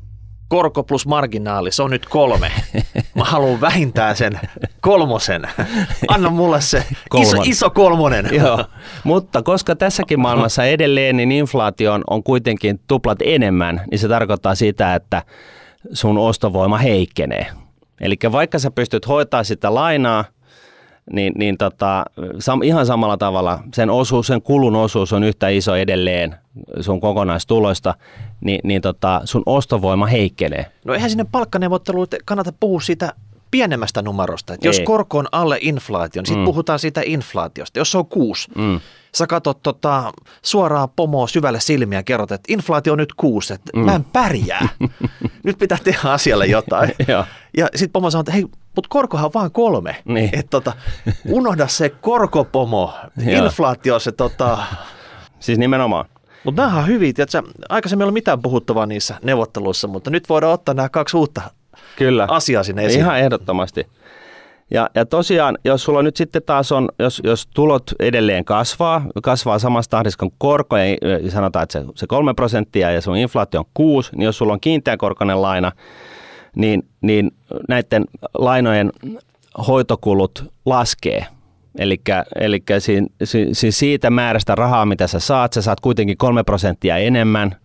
Korko plus marginaali, se on nyt kolme. Mä haluan vähintään sen kolmosen. Anna mulle se iso, iso kolmonen. Joo. Mutta koska tässäkin maailmassa edelleen niin inflaatio on, on kuitenkin tuplat enemmän, niin se tarkoittaa sitä, että sun ostovoima heikkenee. Eli vaikka sä pystyt hoitaa sitä lainaa, niin, niin tota, sam, ihan samalla tavalla sen, osuus, sen kulun osuus on yhtä iso edelleen sun kokonaistuloista, niin, niin tota, sun ostovoima heikkenee. No eihän sinne palkkaneuvotteluun kannata puhua siitä pienemmästä numerosta. Jos korko on alle inflaation, niin sitten mm. puhutaan siitä inflaatiosta. Jos se on kuusi, mm. sä katsot tota, suoraan pomoa syvälle silmiä ja kerrot, että inflaatio on nyt kuusi, että mm. mä en pärjää. Nyt pitää tehdä asialle jotain. Ja sitten pomo sanoo, että hei, mutta korkohan on vaan kolme. Niin. Että tota, unohda se korkopomo, inflaatio se tota... Siis nimenomaan. Mutta nämä on hyviä. Tiiätkö, aikaisemmin ei ole mitään puhuttavaa niissä neuvotteluissa, mutta nyt voidaan ottaa nämä kaksi uutta Kyllä. asiaa sinne esiin. Ihan ehdottomasti. Ja, ja tosiaan, jos sulla nyt sitten taas on, jos, jos tulot edelleen kasvaa, kasvaa samassa tahdissa kuin korko, ja sanotaan, että se, se kolme prosenttia ja sun inflaatio on kuusi, niin jos sulla on kiinteäkorkoinen laina, niin, niin näiden lainojen hoitokulut laskee. Elikkä, elikkä si, si, si siitä määrästä rahaa, mitä sä saat, sä saat kuitenkin kolme prosenttia enemmän,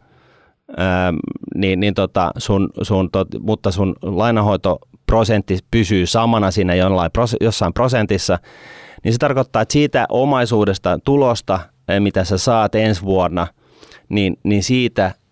ää, niin, niin tota sun, sun, tot, mutta sun lainahoitoprosentti pysyy samana siinä jollain, jossain prosentissa, niin se tarkoittaa, että siitä omaisuudesta, tulosta, mitä sä saat ensi vuonna, niin, niin siitä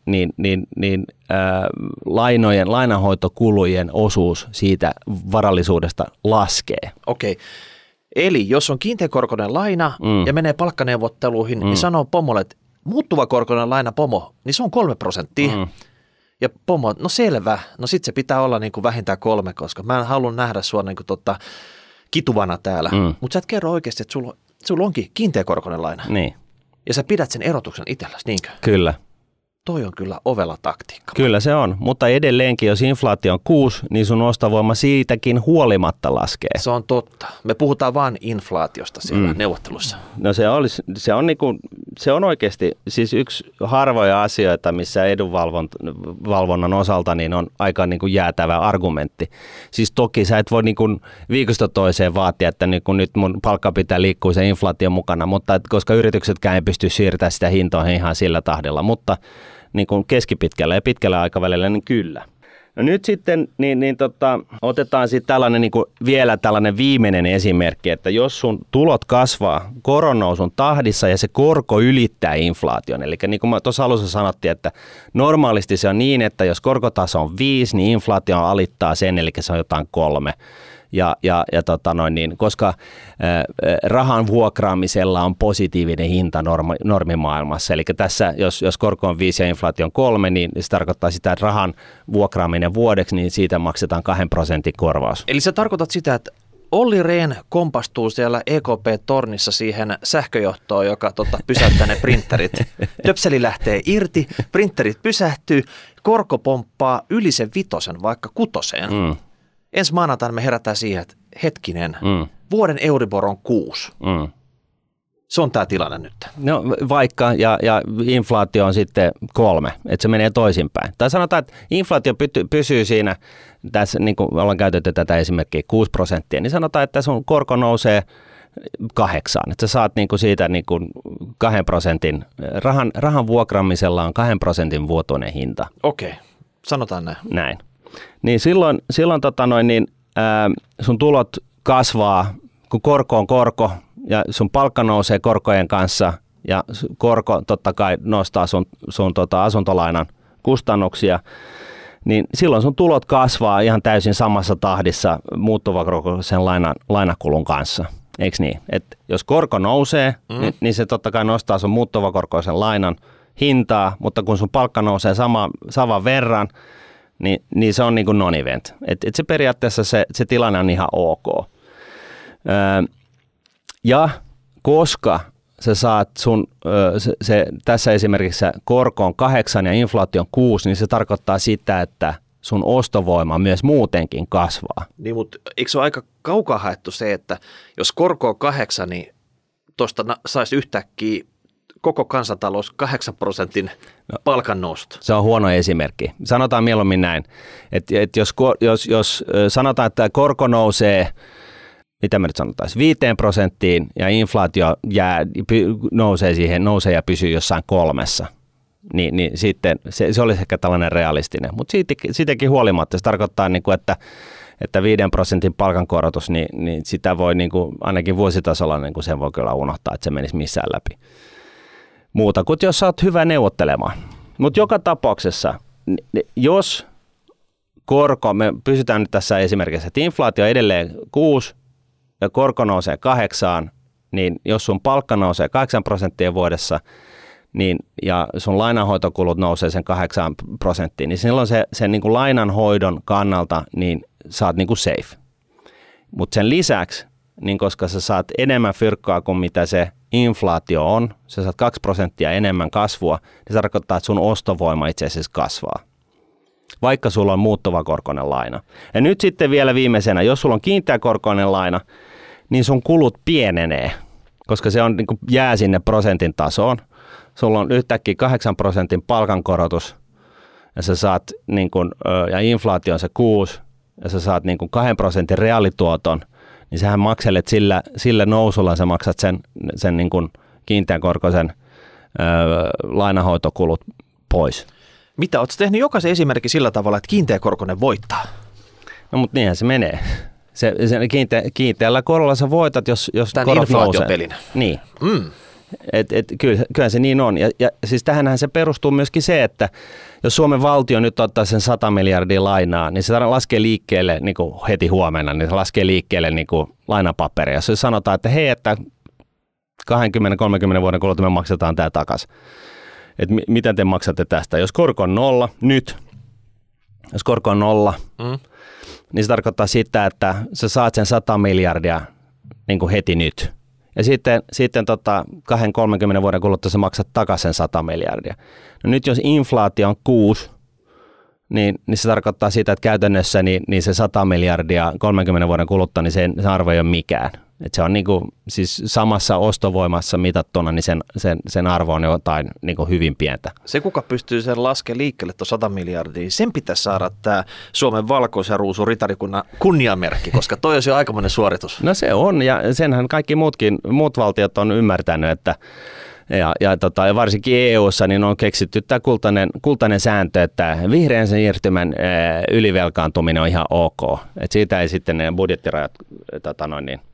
niin, niin, niin ää, lainojen, lainanhoitokulujen osuus siitä varallisuudesta laskee. Okei. Okay. Eli jos on kiinteäkorkoinen laina mm. ja menee palkkaneuvotteluihin, mm. niin sanoo pomolle, että muuttuvakorkoinen laina pomo, niin se on kolme prosenttia. Mm. Ja pomo, no selvä, no sit se pitää olla niin kuin vähintään kolme, koska mä en halua nähdä sua niin kuin tota, kituvana täällä. Mm. Mutta sä et kerro oikeasti, että sulla, sulla onkin kiinteäkorkoinen laina. Niin. Ja sä pidät sen erotuksen itselläsi, niinkö? Kyllä. Toi on kyllä ovela taktiikka. Kyllä se on, mutta edelleenkin, jos inflaatio on kuusi, niin sun ostovoima siitäkin huolimatta laskee. Se on totta. Me puhutaan vain inflaatiosta siellä mm. neuvottelussa. No se, olisi, se, on niinku, se on oikeasti siis yksi harvoja asioita, missä edunvalvonnan osalta niin on aika niinku jäätävä argumentti. Siis toki sä et voi niinku viikosta toiseen vaatia, että niinku nyt mun palkka pitää liikkua sen inflaation mukana, mutta et, koska yrityksetkään ei pysty siirtämään sitä hintoihin ihan sillä tahdilla, mutta niin kuin keskipitkällä ja pitkällä aikavälillä, niin kyllä. No nyt sitten niin, niin tota, otetaan sitten tällainen niin kuin vielä tällainen viimeinen esimerkki, että jos sun tulot kasvaa koronnousun tahdissa ja se korko ylittää inflaation, eli niin kuin tuossa alussa sanottiin, että normaalisti se on niin, että jos korkotaso on viisi, niin inflaatio alittaa sen, eli se on jotain kolme. Ja, ja, ja tota noin niin, koska ää, rahan vuokraamisella on positiivinen hinta normi, normimaailmassa. Eli tässä, jos, jos korko on viisi ja inflaatio on kolme, niin se tarkoittaa sitä, että rahan vuokraaminen vuodeksi, niin siitä maksetaan kahden prosentin korvaus. Eli sä tarkoitat sitä, että Olli Rehn kompastuu siellä E K P-tornissa siihen sähköjohtoon, joka tota, pysäyttää ne printerit. Töpseli lähtee irti, printerit pysähtyy, korko pomppaa yli sen vitosen, vaikka kutoseen. Mm. Ensi maanantaina me herätään siihen, että hetkinen, mm. vuoden Euribor on kuusi. Mm. Se on tämä tilanne nyt. No vaikka, ja, ja inflaatio on sitten kolme, että se menee toisinpäin. Tai sanotaan, että inflaatio py- pysyy siinä, tässä niin kuin ollaan käytetty tätä esimerkkiä kuusi prosenttia, niin sanotaan, että sun korko nousee kahdeksaan. Että sä saat niin kuin siitä niin kuin kahden prosentin, rahan, rahan vuokraamisella on kahden prosentin vuotuinen hinta. Okei, sanotaan näin. Näin. Niin silloin, silloin tota noin, niin, ää, sun tulot kasvaa, kun korko on korko ja sun palkka nousee korkojen kanssa ja korko totta kai nostaa sun, sun tota asuntolainan kustannuksia, niin silloin sun tulot kasvaa ihan täysin samassa tahdissa muuttuvakorkoisen lainan, lainakulun kanssa. Eikö niin? Et jos korko nousee, mm. niin, niin se totta kai nostaa sun muuttuvakorkoisen lainan hintaa, mutta kun sun palkka nousee sama, saman verran, Niin, niin se on niin kuin non-event. Et, et se periaatteessa se, se tilanne on ihan ok. Öö, ja koska sä saat sun, öö, se, se, tässä esimerkiksi korko on kahdeksan ja inflaatio on kuusi, niin se tarkoittaa sitä, että sun ostovoima myös muutenkin kasvaa. Niin, mutta eikö se ole aika kaukaa haettu se, että jos korko on kahdeksan, niin tuosta saisi yhtäkkiä koko kansantalous kahdeksan prosentin no, palkannousta. Se on huono esimerkki. Sanotaan mieluummin näin, että et jos, jos, jos sanotaan, että korko nousee, mitä me nyt sanotaan, viiteen prosenttiin ja inflaatio jää, nousee siihen, nousee ja pysyy jossain kolmessa, niin, niin sitten se, se olisi ehkä tällainen realistinen. Mutta siitäkin huolimatta se tarkoittaa, niin kuin, että että viiden prosentin palkankorotus, niin, niin sitä voi niin kuin, ainakin vuositasolla niin kuin sen voi kyllä unohtaa, että se menisi missään läpi. Muuta kuin jos sä oot hyvä neuvottelemaan. Mutta joka tapauksessa, jos korko, me pysytään nyt tässä esimerkiksi, että inflaatio on edelleen kuusi ja korko nousee kahdeksaan, niin jos sun palkka nousee kahdeksan prosenttia vuodessa niin, ja sun lainanhoitokulut nousee sen kahdeksan prosenttiin, niin silloin se, sen niin kuin lainanhoidon kannalta niin sä oot niin kuin safe. Mutta sen lisäksi, niin koska sä saat enemmän fyrkkaa kuin mitä se inflaatio on, sä saat kaksi prosenttia enemmän kasvua, niin se tarkoittaa, että sun ostovoima itse asiassa kasvaa, vaikka sulla on muuttuvakorkoinen laina. Ja nyt sitten vielä viimeisenä, jos sulla on kiinteäkorkoinen laina, niin sun kulut pienenee, koska se on, niin kuin jää sinne prosentin tasoon. Sulla on yhtäkkiä kahdeksan prosentin palkankorotus, ja sä saat, niin kuin, ja inflaatio on se kuusi, ja sä saat niin kuin kahden prosentin reaalituoton, niin sähän makselet sillä, sillä nousulla, sä maksat sen, sen niin kuin kiinteäkorkoisen ö, lainahoitokulut pois. Mitä, ootko tehnyt jokaisen esimerkki sillä tavalla, että kiinteäkorkoinen voittaa? No mutta niinhän se menee. Se, se kiinte, kiinteällä korolla sä voitat, jos, jos Tämän korot nousee. inflaatiopelin. Niin. Mm. Et, et, kyllä, kyllä se niin on. Ja, ja siis tähänhän se perustuu myöskin se, että jos Suomen valtio nyt ottaa sen sata miljardia lainaa, niin se laskee liikkeelle niin kuin heti huomenna, niin se laskee liikkeelle niin kuin lainapaperia. Jos se sanotaan, että hei, että kaksikymmentä kolmekymmentä vuoden kuluttua me maksetaan tämä takaisin. Että m- miten te maksatte tästä? Jos korko on nolla nyt, jos korko on nolla, mm. niin se tarkoittaa sitä, että sä saat sen sata miljardia niin kuin heti nyt. Ja sitten, sitten tota, kaksikymmentä kolmekymmentä vuoden kuluttua sä maksat takaisin sata miljardia. No nyt jos inflaatio on kuusi, niin, niin se tarkoittaa sitä, että käytännössä niin, niin se sata miljardia kolmenkymmenen vuoden kuluttua, niin sen, sen arvo ei ole mikään. Et se on niinku, siis samassa ostovoimassa mitattuna, niin sen, sen, sen arvo on jotain niinku hyvin pientä. Se, kuka pystyy sen laskemaan liikkeelle tuon sata miljardia, sen pitäisi saada tämä Suomen valkoisen ruusun ritarikunnan kunniamerkki, koska toi olisi jo aikamoinen suoritus. No se on, ja senhän kaikki muutkin, muut valtiot on ymmärtänyt, että Ja, ja, tota, ja varsinkin E U:ssa niin on keksitty tämä kultainen, kultainen sääntö, että vihreän siirtymän ää, ylivelkaantuminen on ihan ok. Et siitä ei sitten ne budjettirajat, tota noin, niin,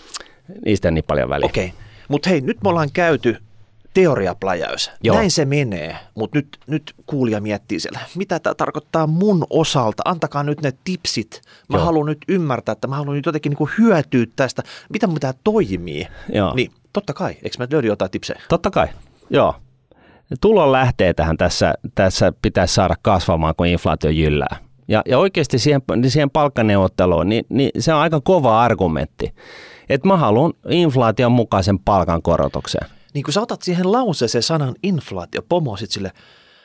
niistä niin paljon väliä. Okei, mutta hei, nyt me ollaan käyty teoriapläjäys. Joo. Näin se menee, mutta nyt, nyt kuulija miettii siellä, mitä tämä tarkoittaa mun osalta. Antakaa nyt ne tipsit. Mä Joo. haluan nyt ymmärtää, että mä haluan nyt jotenkin niinku hyötyä tästä. Mitä mun tämä toimii? Joo. Niin totta kai, eikö mä löydy jotain tipsejä? Totta kai, joo. Tulon lähteetähän tässä, tässä pitäisi saada kasvamaan, kun inflaatio jyllää. Ja, ja oikeasti siihen, siihen palkkaneuvotteluun, niin, niin se on aika kova argumentti. Että mä haluan inflaation mukaisen palkankorotuksen. Niin kun sä otat siihen lauseeseen sanan inflaatio, pomo sit sille,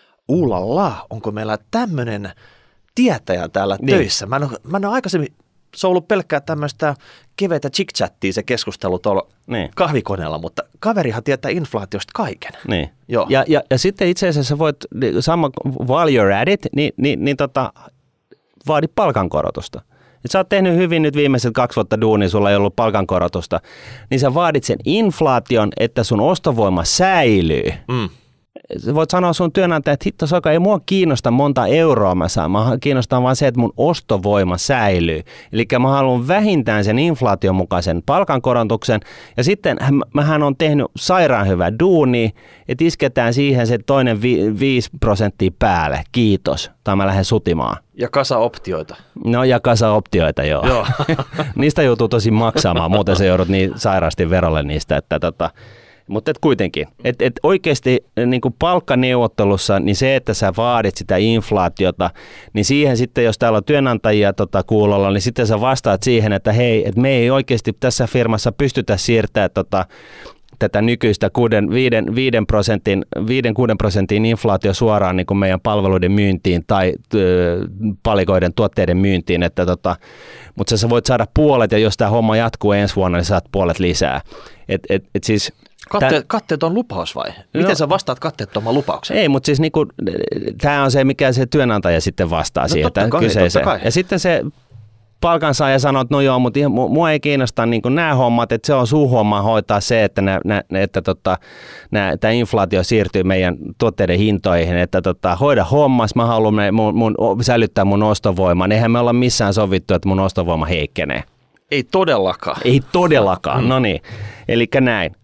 uulalla, onko meillä tämmöinen tietäjä täällä niin. töissä? Mä en, ole, mä en ole aikaisemmin, se on ollut pelkkää tämmöistä keveitä chit-chattia se keskustelu tuolla niin. kahvikoneella, mutta kaverihan tietää inflaatiosta kaiken. Niin. Joo. Ja, ja, ja sitten itse asiassa voit, sama, while you're at it, niin, niin, niin tota, vaadi palkankorotusta. Et sä oot tehnyt hyvin nyt viimeiset kaksi vuotta duunia, sulla ei ollut palkankorotusta, niin sä vaadit sen inflaation, että sun ostovoima säilyy. Mm. Sä voit sanoa sun työnantaja, että hitto soika, ei mua kiinnosta monta euroa mä saan, mä kiinnostaa vaan se, että mun ostovoima säilyy. Eli mä haluan vähintään sen inflaation mukaisen palkankorotuksen, ja sitten mähän on tehnyt sairaan hyvää duunia, että isketään siihen se toinen vi- viisi prosenttia päälle, kiitos, tai mä lähden sutimaan. Ja kasa optioita. No ja kasa optioita, joo. joo. Niistä joutuu tosi maksamaan, muuten sä joudut niin sairaasti verolle niistä, että tota, mutta et kuitenkin, että et oikeasti niin kuin palkkaneuvottelussa, niin se, että sä vaadit sitä inflaatiota, niin siihen sitten, jos täällä on työnantajia tota, kuulolla, niin sitten sä vastaat siihen, että hei, että me ei oikeasti tässä firmassa pystytä siirtämään tota, tätä nykyistä viiden prosentin, viiden kuuden prosentin inflaatio suoraan niin kuin meidän palveluiden myyntiin tai ö, palikoiden tuotteiden myyntiin, että tota, mutta sä voit saada puolet, ja jos tämä homma jatkuu ensi vuonna, niin saat puolet lisää. Et, et, et siis Katte, katteeton lupaus vai? Miten no, sä vastaat katteettoman lupauksen? Ei, mutta siis niinku, tämä on se, mikä se työnantaja sitten vastaa no, siihen kyseiseen. Ja sitten se palkansaaja sanoo, että no joo, mutta mua ei kiinnosta niin nämä hommat, että se on sun homma hoitaa se, että, nä, nä, että tota, tämä inflaatio siirtyy meidän tuotteiden hintoihin, että tota, hoida hommas, mä haluan mun, mun, säilyttää mun ostovoiman. Eihän me olla missään sovittu, että mun ostovoima heikkenee. Ei todellakaan. Ei todellakaan, mm. no niin, eli näin.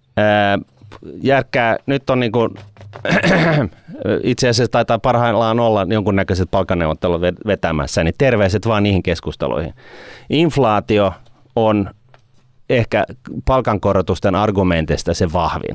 Järkkää, nyt on niin kuin, itse asiassa taitaa parhaillaan olla jonkunnäköiset palkkaneuvottelut vetämässä, niin terveiset vaan niihin keskusteluihin. Inflaatio on ehkä palkankorotusten argumenteista se vahvin.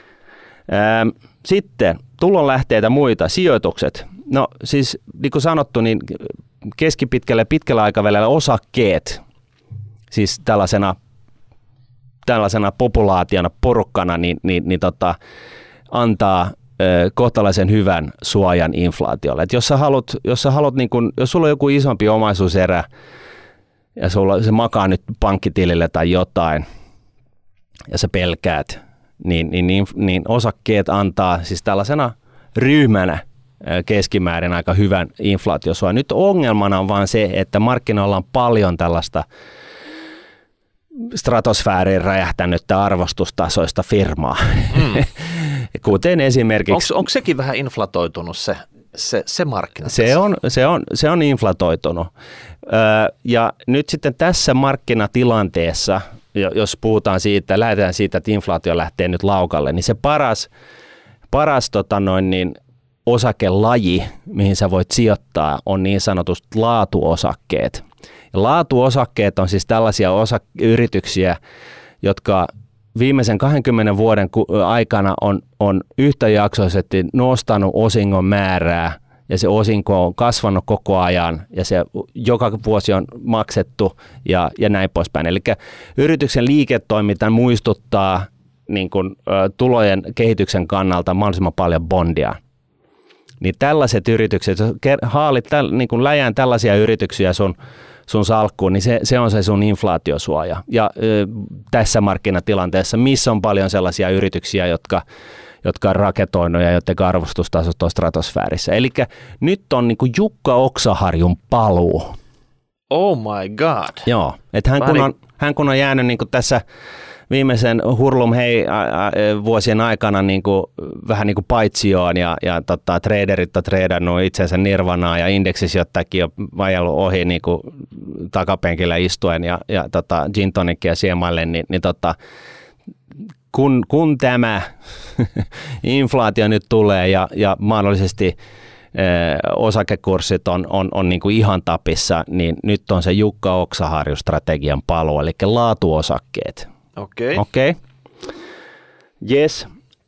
Sitten tulonlähteitä muita, sijoitukset. No siis niin kuin sanottu, niin keskipitkällä ja pitkällä aikavälillä osakkeet, siis tällaisena tällaisena populaationa, porukkana, niin, niin, niin tota, antaa ö, kohtalaisen hyvän suojan inflaatiolle. Et jos sä haluat, jos, sä haluat niin kun, jos sulla on joku isompi omaisuuserä ja sulla se makaa nyt pankkitilille tai jotain ja sä pelkäät, niin, niin, niin, niin osakkeet antaa siis tällaisena ryhmänä keskimäärin aika hyvän inflaatiosuojan. Nyt ongelmana on vaan se, että markkinoilla on paljon tällaista stratosfääriin räjähtänyttä arvostustasoista firmaa, mm. kuten esimerkiksi... Onko, onko sekin vähän inflatoitunut se, se, se markkina? Se on, se, on, se on inflatoitunut. Öö, ja nyt sitten tässä markkinatilanteessa jos puhutaan siitä, lähdetään siitä, että inflaatio lähtee nyt laukalle, niin se paras, paras tota noin, niin osakelaji, mihin sä voit sijoittaa, on niin sanotut laatuosakkeet. Ja laatuosakkeet on siis tällaisia osa- yrityksiä, jotka viimeisen kahdenkymmenen vuoden aikana on, on yhtäjaksoisesti nostanut osingon määrää, ja se osinko on kasvanut koko ajan, ja se joka vuosi on maksettu, ja, ja näin poispäin. Eli yrityksen liiketoiminta muistuttaa niin kuin, tulojen kehityksen kannalta mahdollisimman paljon bondia. Niin tällaiset yritykset, jos haalit täl, niin kuin läjään tällaisia yrityksiä sun, sun salkkuun, niin se, se on se sun inflaatiosuoja. Ja ö, tässä markkinatilanteessa, missä on paljon sellaisia yrityksiä, jotka, jotka on raketoinut ja joiden arvostustasot on stratosfäärissä. Eli nyt on niin kuin Jukka Oksaharjun paluu. Oh my god. Joo, että hän, kun on, hän kun on jäänyt niin kuin tässä viimeisen hurlum hei vuosien aikana niin kuin, vähän niin kuin paitsioon ja, ja tota, traderit on treidannut itsensä nirvanaa ja indeksisijoittajakin on vajellut ohi niin kuin takapenkillä istuen ja, ja tota, gin tonickia siemaille, niin, niin tota, kun, kun tämä inflaatio nyt tulee ja, ja mahdollisesti eh, osakekurssit on, on, on niin kuin ihan tapissa, niin nyt on se Jukka Oksaharju strategian paluu, eli laatuosakkeet. Okei. Okay. Okei. Okay. Yes.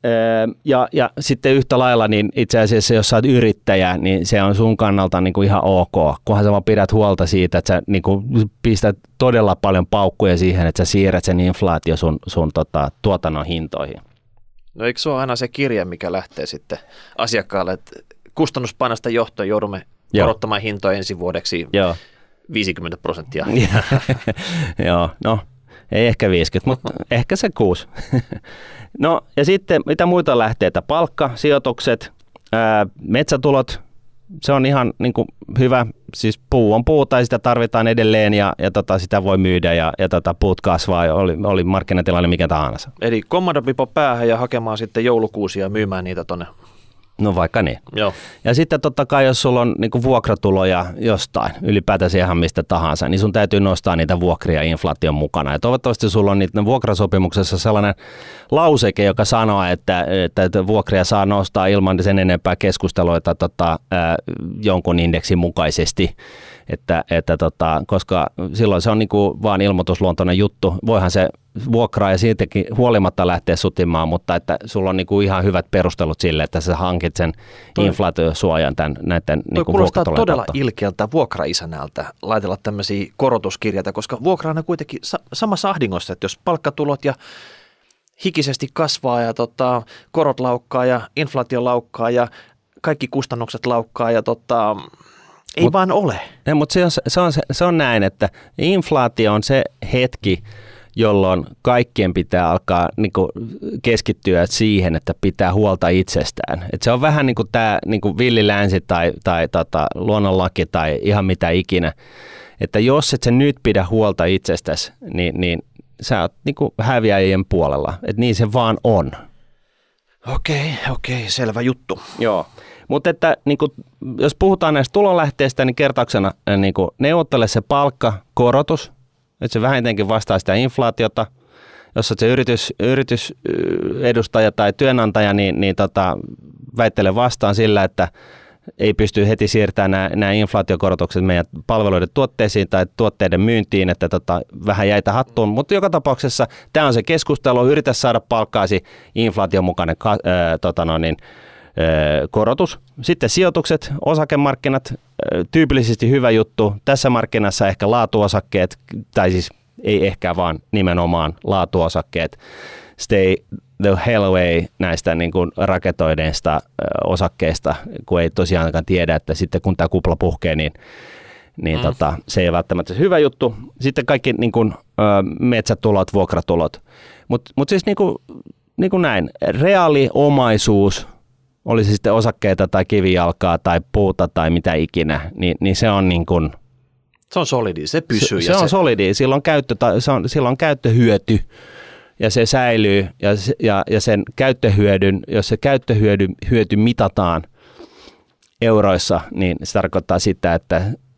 Ja, ja sitten yhtä lailla, niin itse asiassa jos sä oot yrittäjä, niin se on sun kannalta niin kuin ihan ok, kunhan sä vaan pidät huolta siitä, että sä niin kuin pistät todella paljon paukkuja siihen, että sä siirrät sen inflaatio sun, sun tota, tuotannon hintoihin. No eikö se ole aina se kirja, mikä lähtee sitten asiakkaalle, että kustannuspainosta johtuen joudumme Joo. korottamaan hintoja ensi vuodeksi Joo. viisikymmentä prosenttia. Joo, no. Ei ehkä viisikymmentä, mutta ehkä se kuusi. No ja sitten mitä muita lähteitä? Palkka, sijoitukset, ää, metsätulot, se on ihan niin kuin hyvä. Siis puu on puuta ja sitä tarvitaan edelleen ja, ja tota, sitä voi myydä ja, ja tota, puut kasvaa ja oli, oli markkinatilanne mikä tahansa. Eli kommandopipo päähän ja hakemaan sitten joulukuusia ja myymään niitä tonne. No vaikka niin. Joo. Ja sitten totta kai, jos sulla on niinku vuokratuloja jostain, ylipäätänsä ihan mistä tahansa, niin sun täytyy nostaa niitä vuokria inflaation mukana. Ja toivottavasti sulla on niitä vuokrasopimuksessa sellainen lauseke, joka sanoo, että, että vuokria saa nostaa ilman sen enempää keskusteluita tota, ää, jonkun indeksin mukaisesti. Että, että tota, koska silloin se on niinku vaan ilmoitusluontoinen juttu. Voihan se vuokraa ja siitäkin huolimatta lähteä sutimaan, mutta että sulla on niinku ihan hyvät perustelut sille, että sä hankit sen toi, inflaatiosuojan tämän, näiden niinku kuulostaa todella kautta. Ilkeältä vuokraisänältä laitella tämmöisiä korotuskirjaita, koska vuokra on kuitenkin sa- samassa ahdingossa, että jos palkkatulot ja hikisesti kasvaa ja tota, korot laukkaa ja inflaatio laukkaa ja kaikki kustannukset laukkaa ja tota, ei mut, vaan ole. Ei, mutta se on, se, on, se on näin, että inflaatio on se hetki, jolloin kaikkien pitää alkaa niin kuin keskittyä siihen, että pitää huolta itsestään. Et se on vähän niin kuin tämä niin kuin villilänsi tai, tai tota, luonnonlaki tai ihan mitä ikinä. Että jos et sä nyt pidä huolta itsestäsi, niin, niin sä oot niin kuin häviäjien puolella. Et niin se vaan on. Okei, okei, selvä juttu. Joo. Mutta että niin kun, jos puhutaan näistä tulonlähteistä, niin kertauksena niin kun neuvottele se palkkakorotus, että se vähintäänkin vastaa sitä inflaatiota. Jos olet se yritys, yritysedustaja tai työnantaja, niin, niin tota, väittele vastaan sillä, että ei pysty heti siirtämään nämä, nämä inflaatiokorotukset meidän palveluiden tuotteisiin tai tuotteiden myyntiin, että tota, vähän jäitä hattuun. Mutta joka tapauksessa tämä on se keskustelu, yritä saada palkkaasi inflaation mukainen ka, ää, tota no niin, korotus. Sitten sijoitukset, osakemarkkinat, tyypillisesti hyvä juttu. Tässä markkinassa ehkä laatuosakkeet, tai siis ei ehkä vaan nimenomaan laatuosakkeet. Stay the hell away näistä niin kuin raketoineista osakkeista, kun ei tosiaankaan tiedä, että sitten kun tämä kupla puhkee, niin, niin mm. tota, se ei välttämättä hyvä juttu. Sitten kaikki niin kuin, metsätulot, vuokratulot. Mutta mut siis niin kuin, niin kuin näin, reaali omaisuus, oli se sitten osakkeita tai kivijalkaa tai puuta tai mitä ikinä, niin, niin se on niin kuin... Se on solidi, se pysyy. Se, se on se... solidi, sillä on, käyttö, se on, sillä on käyttöhyöty ja se säilyy ja, ja, ja sen käyttöhyödyn, jos se käyttöhyöty hyöty mitataan euroissa, niin se tarkoittaa sitä, että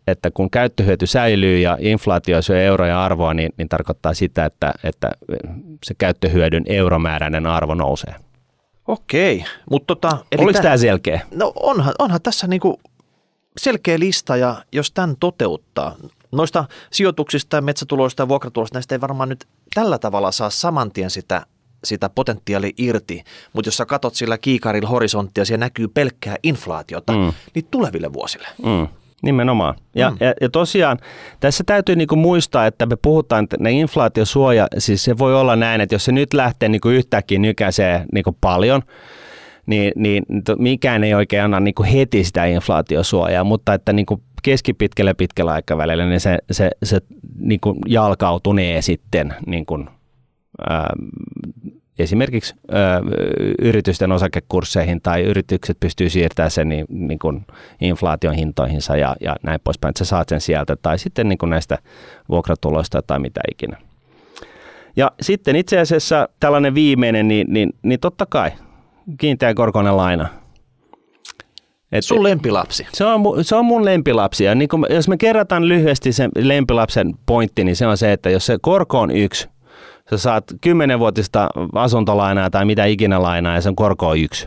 että kun käyttöhyöty säilyy ja inflaatio syö eurojen arvoa, niin, niin tarkoittaa sitä, että, että se käyttöhyödyn euromääräinen arvo nousee. Okei, mutta tota... Oliko tämä selkeä? No onhan, onhan tässä niinku selkeä lista, ja jos tämän toteuttaa, noista sijoituksista ja metsätuloista ja vuokratuloista, näistä ei varmaan nyt tällä tavalla saa saman tien sitä, sitä potentiaalia irti, mutta jos sä katot sillä kiikarilla horisonttia, siellä näkyy pelkkää inflaatiota, mm. niin tuleville vuosille. Mm. Nimenomaan. Ja, mm. ja, ja tosiaan tässä täytyy niinku muistaa, että me puhutaan, että ne inflaatiosuoja, siis se voi olla näin, että jos se nyt lähtee niinku yhtäkkiä nykäisee niinku paljon, niin, niin mikään ei oikein anna niinku heti sitä inflaatiosuojaa, mutta että niinku keskipitkällä ja pitkällä aikavälillä niin se, se, se niinku jalkautunee sitten niinku, ää, esimerkiksi ö, yritysten osakekursseihin tai yritykset pystyy siirtämään sen niin, niin kuin inflaation hintoihinsa ja, ja näin poispäin, että sä saat sen sieltä tai sitten niin kuin näistä vuokratuloista tai mitä ikinä. Ja sitten itse asiassa tällainen viimeinen, niin, niin, niin totta kai kiinteäkorkoinen laina. Et sun lempilapsi. Se on, se on mun lempilapsi. Ja niin kun, jos me kerrataan lyhyesti sen lempilapsen pointti, niin se on se, että jos se korko on yksi, sä saat kymmenvuotista asuntolainaa tai mitä ikinä lainaa ja sen korko on yksi.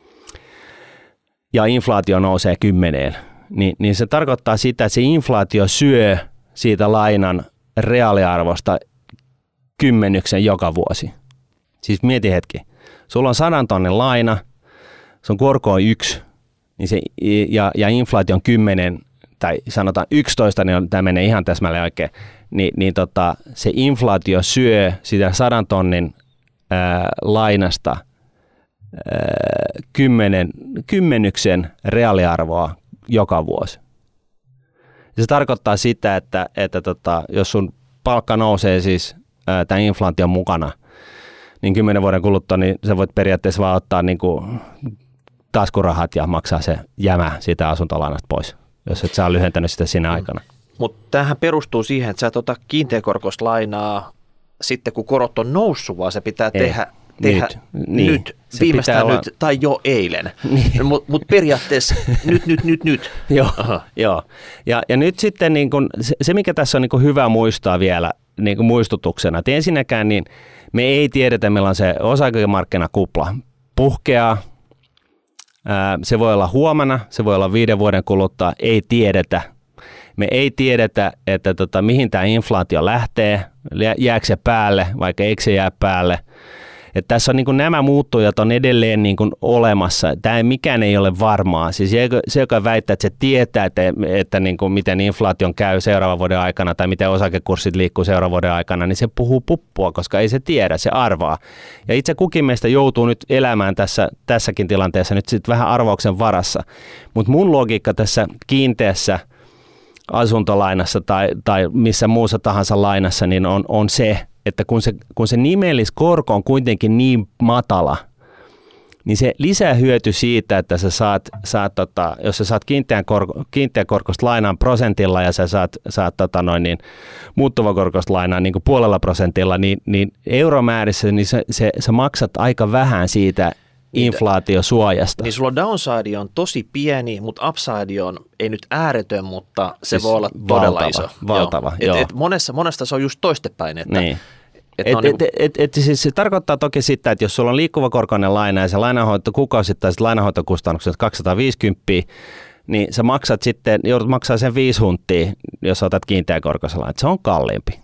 Ja inflaatio nousee kymmeneen. Niin, niin se tarkoittaa sitä, että se inflaatio syö siitä lainan reaaliarvosta kymmenyksen joka vuosi. Siis mieti hetki. Sulla on sadan tonnin laina, sun korko on yksi niin se, ja, ja inflaatio on kymmenen tai sanotaan yksitoista, niin tämä menee ihan täsmälleen oikein. Niin, niin tota, se inflaatio syö sitä sadan tonnin ää, lainasta ää, kymmenen, kymmenyksen reaaliarvoa joka vuosi. Ja se tarkoittaa sitä, että, että tota, jos sun palkka nousee siis ää, tämän inflaation mukana, niin kymmenen vuoden kuluttua niin sä voit periaatteessa vaan ottaa niin kuin taskurahat ja maksaa se jämä siitä asuntolainasta pois, jos et sä ole lyhentänyt sitä siinä aikana. Mutta tämähän perustuu siihen, että sä et ota kiinteäkorkoista lainaa sitten, kun korot on noussut, vaan se pitää Ei, tehdä, tehdä nyt, niin. nyt viimeistään olla... nyt tai jo eilen. Niin. Mutta mut periaatteessa nyt, nyt, nyt, nyt. Joo, joo. Ja, ja nyt sitten niin kun, se, se, mikä tässä on niin kun hyvä muistaa vielä niin kun muistutuksena, että ensinnäkään niin me ei tiedetä, milloin se osakemarkkinakupla puhkeaa. Ää, se voi olla huomenna, se voi olla viiden vuoden kuluttua, ei tiedetä. Me ei tiedetä, että tota, mihin tämä inflaatio lähtee, jääkö se päälle, vaikka eikö se jää päälle. Et tässä on niin kuin nämä muuttujat on edelleen niin kuin olemassa. Tämä mikään ei ole varmaa. Siis se, joka väittää, että se tietää, että, että niin kuin miten inflaation käy seuraavan vuoden aikana tai miten osakekurssit liikkuu seuraavan vuoden aikana, niin se puhuu puppua, koska ei se tiedä, se arvaa. Ja itse kukin meistä joutuu nyt elämään tässä, tässäkin tilanteessa nyt sitten vähän arvauksen varassa. Mutta mun logiikka tässä kiinteässä asuntolainassa tai, tai missä muussa tahansa lainassa niin on, on se, että kun se, kun se nimelliskorko on kuitenkin niin matala, niin se lisähyöty siitä, että sä saat, saat tota, jos sä saat kiinteän korko, kiinteäkorkoista lainaan prosentilla ja sä saat, saat tota noin niin, muuttuvakorkoista lainaa niin kuin puolella prosentilla, niin, niin euromäärissä niin se, se, sä maksat aika vähän siitä inflaatiosuojasta. Niin sulla downside on tosi pieni, mutta upside on ei nyt ääretön, mutta se siis voi olla todella valtava, iso. Valtava, joo. Et, et monessa, monesta se on just toistepäin. Että, niin. et et, et, et, et, et, siis se tarkoittaa toki sitä, että jos sulla on liikkuvakorkoinen laina ja se lainahoito, kuukausittaiset lainahoitokustannukset kaksisataaviisikymmentä, niin sä maksat sitten, joudut maksaa sen viisi hunttia, jos otat kiinteäkorkoisen lainan. Se on kalliimpi.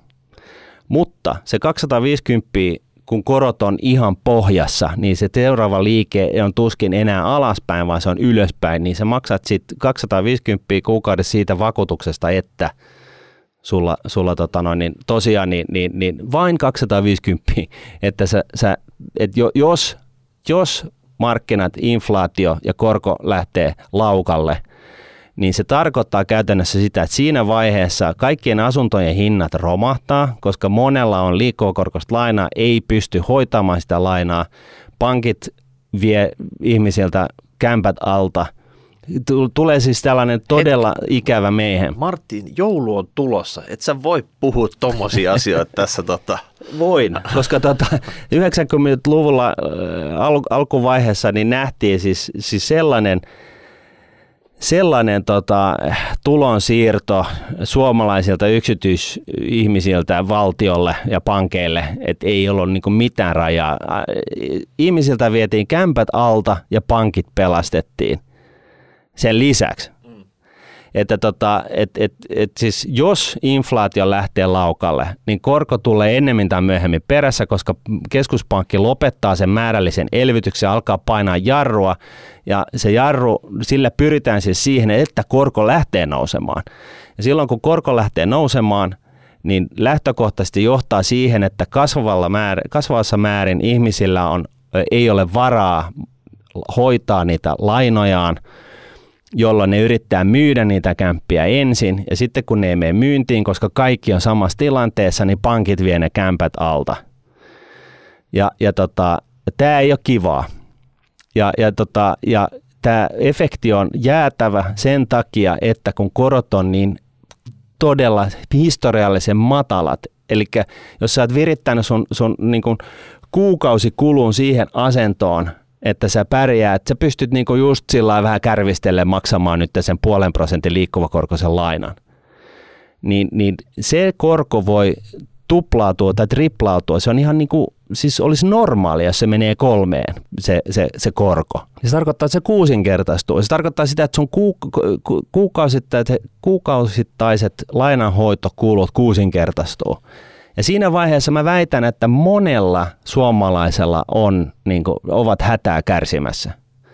Mutta se kaksisataaviisikymmentä kun korot on ihan pohjassa, niin se seuraava liike on tuskin enää alaspäin, vaan se on ylöspäin, niin sä maksat sitten kaksisataaviisikymmentä kuukaudessa siitä vakuutuksesta, että sulla, sulla tota noin, niin tosiaan niin, niin, niin vain kaksisataaviisikymmentä, että sä, sä, et jos, jos markkinat, inflaatio ja korko lähtee laukalle, niin se tarkoittaa käytännössä sitä, että siinä vaiheessa kaikkien asuntojen hinnat romahtaa, koska monella on liikkuvakorkoista lainaa, ei pysty hoitamaan sitä lainaa. Pankit vie ihmisiltä kämpät alta. Tulee siis tällainen todella et, ikävä meihin. Martin, joulu on tulossa. Et sä voi puhua tommosia asioita tässä. Tota. Voin, koska tota, yhdeksänkymmentäluvulla al- alkuvaiheessa niin nähtiin siis, siis sellainen sellainen tota, tulonsiirto suomalaisilta yksityisihmisiltä valtiolle ja pankeille, että ei ollut niin kuin mitään rajaa. Ihmisiltä vietiin kämpät alta ja pankit pelastettiin sen lisäksi. Mm. Että tota, et, et, et siis jos inflaatio lähtee laukalle, niin korko tulee ennemmin tai myöhemmin perässä, koska keskuspankki lopettaa sen määrällisen elvytyksen, alkaa painaa jarrua, ja se jarru, sillä pyritään siis siihen, että korko lähtee nousemaan. Ja silloin kun korko lähtee nousemaan, niin lähtökohtaisesti johtaa siihen, että kasvavalla määr, kasvavassa määrin ihmisillä on, ei ole varaa hoitaa niitä lainojaan, jolloin ne yrittää myydä niitä kämppiä ensin, ja sitten kun ne ei mene myyntiin, koska kaikki on samassa tilanteessa, niin pankit vie ne kämpät alta. Ja, ja tota, tämä ei ole kivaa. Ja, ja, tota, ja tämä efekti on jäätävä sen takia, että kun korot on niin todella historiallisen matalat, eli jos sä oot virittänyt sun, sun niin kuin kuukausikulun siihen asentoon, että sä pärjää, että sä pystyt niinku just sillä vähän kärvistellen maksamaan nyt sen puolen prosentin liikkuvakorkoisen lainan, niin, niin se korko voi tuplautua tai triplautua. Se on ihan niin kuin, siis olisi normaalia, jos se menee kolmeen, se, se, se korko. Se tarkoittaa, että se kuusinkertaistuu. Se tarkoittaa sitä, että sun ku, ku, kuukausittaiset, kuukausittaiset lainanhoitokulut kuusinkertaistuu. Ja siinä vaiheessa mä väitän, että monella suomalaisella on, niin kuin, ovat hätää kärsimässä.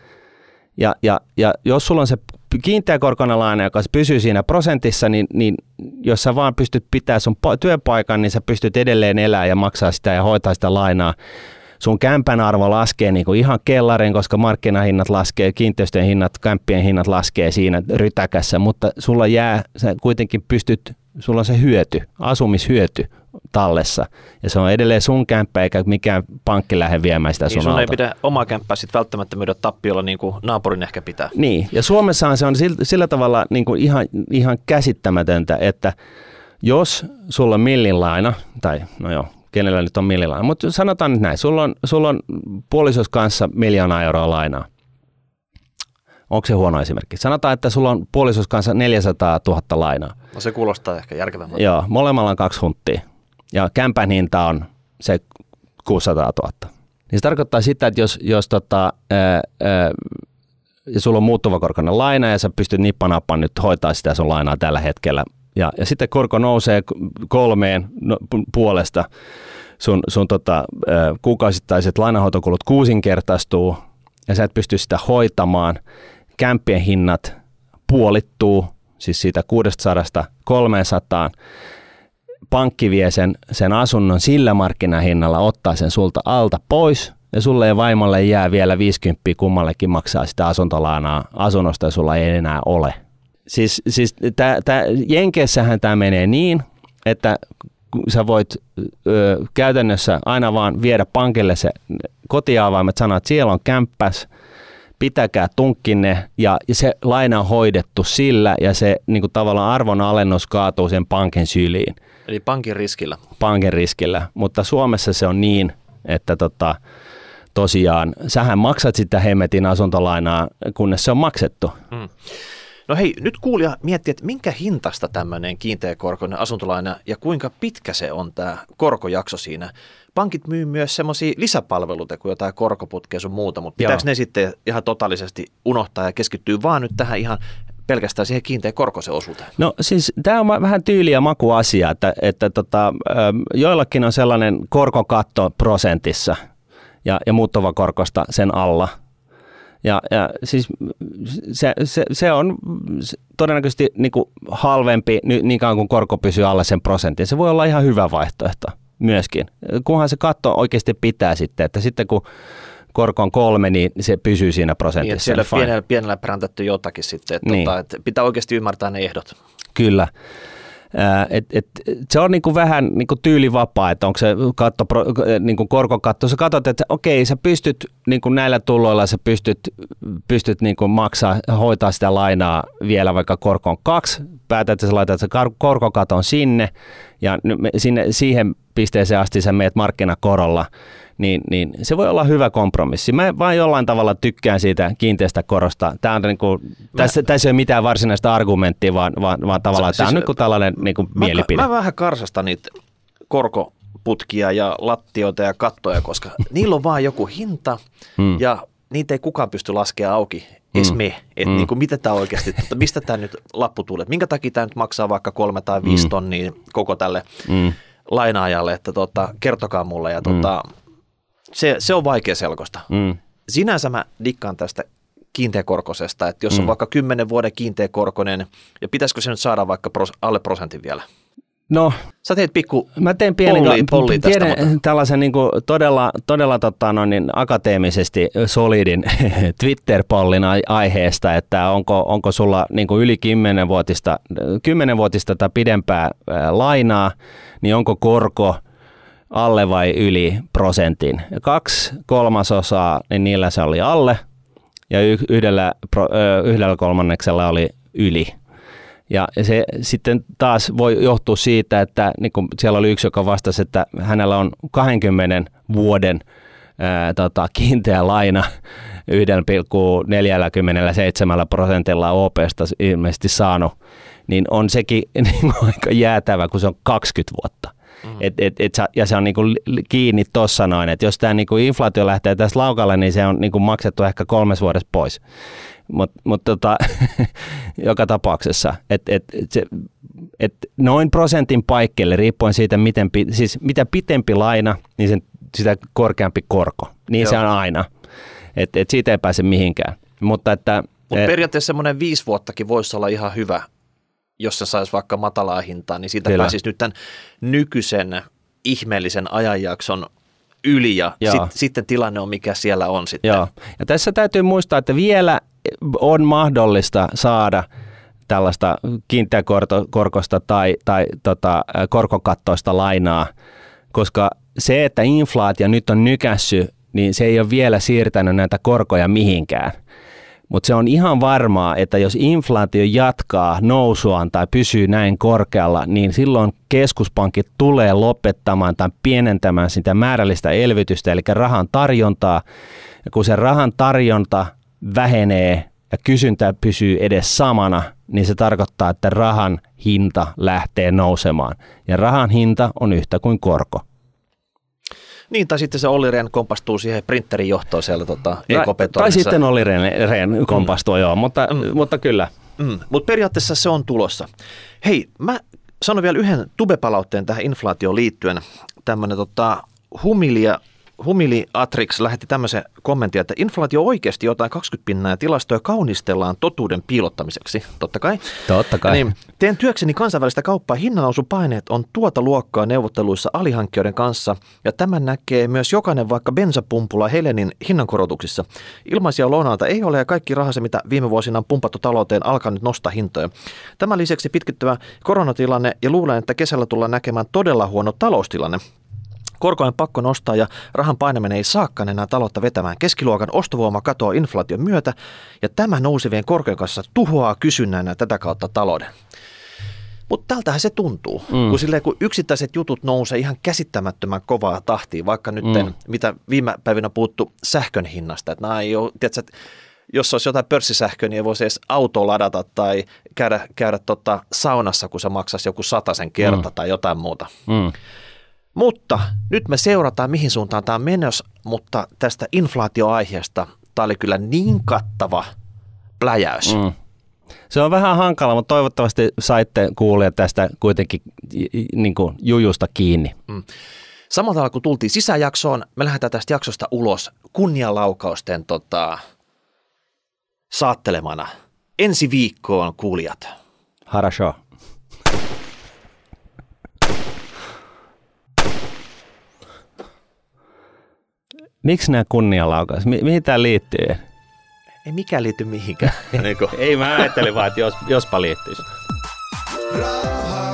Ja, ja, ja jos sulla on se kiinteäkorkoinen laina, joka pysyy siinä prosentissa, niin, niin jos sä vaan pystyt pitämään sun työpaikan, niin sä pystyt edelleen elää ja maksaa sitä ja hoitaa sitä lainaa. Sun kämpän arvo laskee niin kuin ihan kellarin, koska markkinahinnat laskee, kiinteistöjen hinnat, kämppien hinnat laskee siinä rytäkässä, mutta sulla jää, sä kuitenkin pystyt, sulla on se hyöty, asumishyöty tallessa, ja se on edelleen sun kämppä, eikä mikään pankki lähde viemään sitä sun niin sun alta. ei pidä omaa kämppää sitten välttämättä myydä tappiolla, niin kuin naapurin ehkä pitää. Niin, ja Suomessahan se on sillä tavalla niin kuin ihan, ihan käsittämätöntä, että jos sulla on millin laina, tai no joo, kenellä nyt on millin laina, mutta sanotaan nyt näin, sulla on, sulla on puolisos kanssa miljoonaa euroa lainaa. Onko se huono esimerkki? Sanotaan, että sulla on puolisos kanssa neljäsataa tuhatta lainaa. No se kuulostaa ehkä järkevämmältä. Joo, molemmalla on kaksi hunttia. Ja kämpän hinta on se kuusisataa tuhatta. Niin se tarkoittaa sitä, että jos, jos tota, ää, ää, ja sulla on muuttuvakorkoinen laina ja sä pystyt nippanappan nyt hoitaa sitä sun lainaa tällä hetkellä. Ja, ja sitten korko nousee kolmeen no, puolesta. Sun, sun tota, ää, kuukausittaiset lainahoitokulut kuusinkertaistuu ja sä et pysty sitä hoitamaan. Kämppien hinnat puolittuu, siis siitä kuudestasadasta kolmeensataan. Pankki vie sen, sen asunnon sillä markkinahinnalla, ottaa sen sulta alta pois, ja sulle ja vaimolle jää vielä viisikymmentä kummallekin maksaa sitä asuntolainaa asunnosta, ja sulla ei enää ole. Siis, siis tää, tää, Jenkeissähän tämä menee niin, että sä voit ö, käytännössä aina vaan viedä pankille se kotiavaimet, sanoa, että siellä on kämppäs, pitäkää tunkkinne, ja, ja se laina on hoidettu sillä, ja se niin kuin tavallaan arvonalennus kaatuu sen pankin syliin. Eli pankin riskillä. Pankin riskillä, mutta Suomessa se on niin, että tota, tosiaan sähän maksat sitä hemmetin asuntolainaa, kunnes se on maksettu. Hmm. No hei, nyt kuulija miettii, että minkä hintasta tämmöinen kiinteäkorkoinen asuntolaina ja kuinka pitkä se on tämä korkojakso siinä. Pankit myy myös semmoisia lisäpalveluita kuin jotain korkoputkea sun muuta, mutta pitääkö ne sitten ihan totaalisesti unohtaa ja keskittyy vaan nyt tähän ihan pelkästään siihen kiinteä korkoisen osuuteen? No siis tämä on vähän tyyli- ja makuasia, että, että tota, joillakin on sellainen korkokatto prosentissa ja, ja muuttava korkosta sen alla. Ja, ja siis se, se, se on todennäköisesti niin kuin halvempi niin kauan kuin korko pysyy alle sen prosentin. Se voi olla ihan hyvä vaihtoehto myöskin, kunhan se katto oikeasti pitää sitten, että sitten kun korko on kolme, niin se pysyy siinä prosentissa. Niin, siellä on pienellä, pienellä präntätty jotakin sitten, että, niin. tota, että pitää oikeasti ymmärtää ne ehdot. Kyllä. Et, et, se on niinku vähän niinku tyylivapaa, että onko se katto, niinku korkokatto. Sä katsot, että okei, sä pystyt niinku näillä tuloilla, sä pystyt, pystyt niinku maksaa, hoitaa sitä lainaa vielä vaikka korko on kaksi. Päätät, että sä laitat sen korkokaton sinne ja sinne, siihen pisteeseen asti sä meet markkinakorolla, niin, niin se voi olla hyvä kompromissi. Mä vaan jollain tavalla tykkään siitä kiinteästä korosta. Tää on niinku, mä, tässä, tässä ei ole mitään varsinaista argumenttia, vaan, vaan, vaan tavallaan tämä siis, on niinku tällainen niinku mä, mielipide. Mä vähän karsastan niitä korkoputkia ja lattioita ja kattoja, koska niillä on vaan joku hinta hmm. ja niitä ei kukaan pysty laskemaan auki. Edes me, että mm. niinku, mitä tämä oikeasti, tota, mistä tämä nyt lappu tulee, minkä takia tämä nyt maksaa vaikka kolme tai viisi mm. tonnia koko tälle mm. lainaajalle, että tota, kertokaa mulle. Ja, tota, mm. se, se on vaikea selkosta. Mm. Sinänsä mä dikkaan tästä kiinteäkorkoisesta, että jos on mm. vaikka kymmenen vuoden kiinteäkorkoinen, ja pitäisikö se nyt saada vaikka pros, alle prosentin vielä? No, sä teet pikku mä teen pienen polli, polli tästä. Tiedän mutta. tällaisen niin kuin todella, todella tota, no niin, akateemisesti solidin Twitter-pollin aiheesta, että onko, onko sulla niin kuin yli kymmenvuotista, kymmenvuotista tai pidempää ää, lainaa, niin onko korko alle vai yli prosentin. Ja kaksi kolmasosaa, niin niillä se oli alle ja yhdellä, yhdellä kolmanneksella oli yli. Ja se sitten taas voi johtua siitä, että niin kun siellä oli yksi, joka vastasi, että hänellä on kaksikymmentä vuoden ää, tota, kiinteä laina yksi pilkku neljäkymmentäseitsemän prosentilla O P:sta ilmeisesti saanut, niin on sekin niin aika jäätävä, kun se on kaksikymmentä vuotta. Mm-hmm. Et, et, et, ja se on niin kuin kiinni tuossa noin, että jos tämä niin kuin inflaatio lähtee tästä laukalle, niin se on niin kuin maksettu ehkä kolmes vuodessa pois. Mutta mut tota, joka tapauksessa, että et, et et noin prosentin paikkeille, riippuen siitä, miten, siis mitä pitempi laina, niin sen, sitä korkeampi korko. Niin Joo. se on aina. Että et siitä ei pääse mihinkään. Mutta että, Mut periaatteessa semmoinen viisi vuottakin voisi olla ihan hyvä, jos se saisi vaikka matalaa hintaa, niin siitä Kyllä. pääsisi nyt tämän nykyisen ihmeellisen ajanjakson yli ja sit, sitten tilanne on mikä siellä on sitten. Joo. Ja tässä täytyy muistaa, että vielä on mahdollista saada tällaista kiinteäkorkoista tai, tai tota, korkokattoista lainaa, koska se, että inflaatio nyt on nykässy, niin se ei ole vielä siirtänyt näitä korkoja mihinkään. Mutta se on ihan varmaa, että jos inflaatio jatkaa nousuaan tai pysyy näin korkealla, niin silloin keskuspankit tulee lopettamaan tai pienentämään sitä määrällistä elvytystä, eli rahan tarjontaa. Ja kun se rahan tarjonta vähenee ja kysyntä pysyy edes samana, niin se tarkoittaa, että rahan hinta lähtee nousemaan. Ja rahan hinta on yhtä kuin korko. Niin, tai sitten se Olli Rehn kompastuu siihen printerin johtoon siellä tota, ekobetonissa. Tai sitten Olli Rehn kompastuu, mm. joo, mutta, mm. mutta kyllä. Mm. Mutta periaatteessa se on tulossa. Hei, mä sanon vielä yhden tubepalautteen tähän inflaatioon liittyen. Tämmöinen tota, humilia. Humili Atrix lähetti tämmöisen kommentin, että inflaatio oikeasti jotain kaksikymmentä pinnaa ja tilastoja kaunistellaan totuuden piilottamiseksi. Totta kai. Totta kai. Niin, teen työkseni kansainvälistä kauppaa. Hinnannousupaineet on tuota luokkaa neuvotteluissa alihankkijoiden kanssa ja tämän näkee myös jokainen vaikka bensapumpulla Helenin hinnankorotuksissa. Ilmaisia lounaita ei ole ja kaikki raha se, mitä viime vuosina on pumpattu talouteen, alkaa nyt nostaa hintoja. Tämän lisäksi pitkittyvä koronatilanne ja luulen, että kesällä tullaan näkemään todella huono taloustilanne. Korkojen pakko nostaa ja rahan painaminen ei saakaan enää taloutta vetämään. Keskiluokan ostovoima katoaa inflaation myötä ja tämä nousevien korkojen kanssa tuhoaa kysynnän ja tätä kautta talouden. Mutta tältähän se tuntuu, mm. kun, silleen, kun yksittäiset jutut nousee ihan käsittämättömän kovaa tahtia, vaikka nyt, mm. mitä viime päivinä puhuttu sähkön hinnasta. Että nämä ei ole, tiedätkö, että jos olisi jotain pörssisähköä, niin ei voisi edes autoa ladata tai käydä, käydä tota saunassa, kun se maksaisi joku satasen kerta mm. tai jotain muuta. Mm. Mutta nyt me seurataan, mihin suuntaan tämä on menossa, mutta tästä inflaatioaiheesta tämä oli kyllä niin kattava pläjäys. Mm. Se on vähän hankala, mutta toivottavasti saitte kuulia tästä kuitenkin niin kuin jujusta kiinni. Mm. Samalla tavalla kun tultiin sisäjaksoon, me lähdetään tästä jaksosta ulos kunnianlaukausten tota, saattelemana. Ensi viikkoon kuulijat. Harasho. Miksi nämä kunnianlaukaus? Mi- mihin tämä liittyy? Ei mikään liity mihinkään. Ei, mä ajattelin vaan, että jos, jospa liittyisi. Rauha.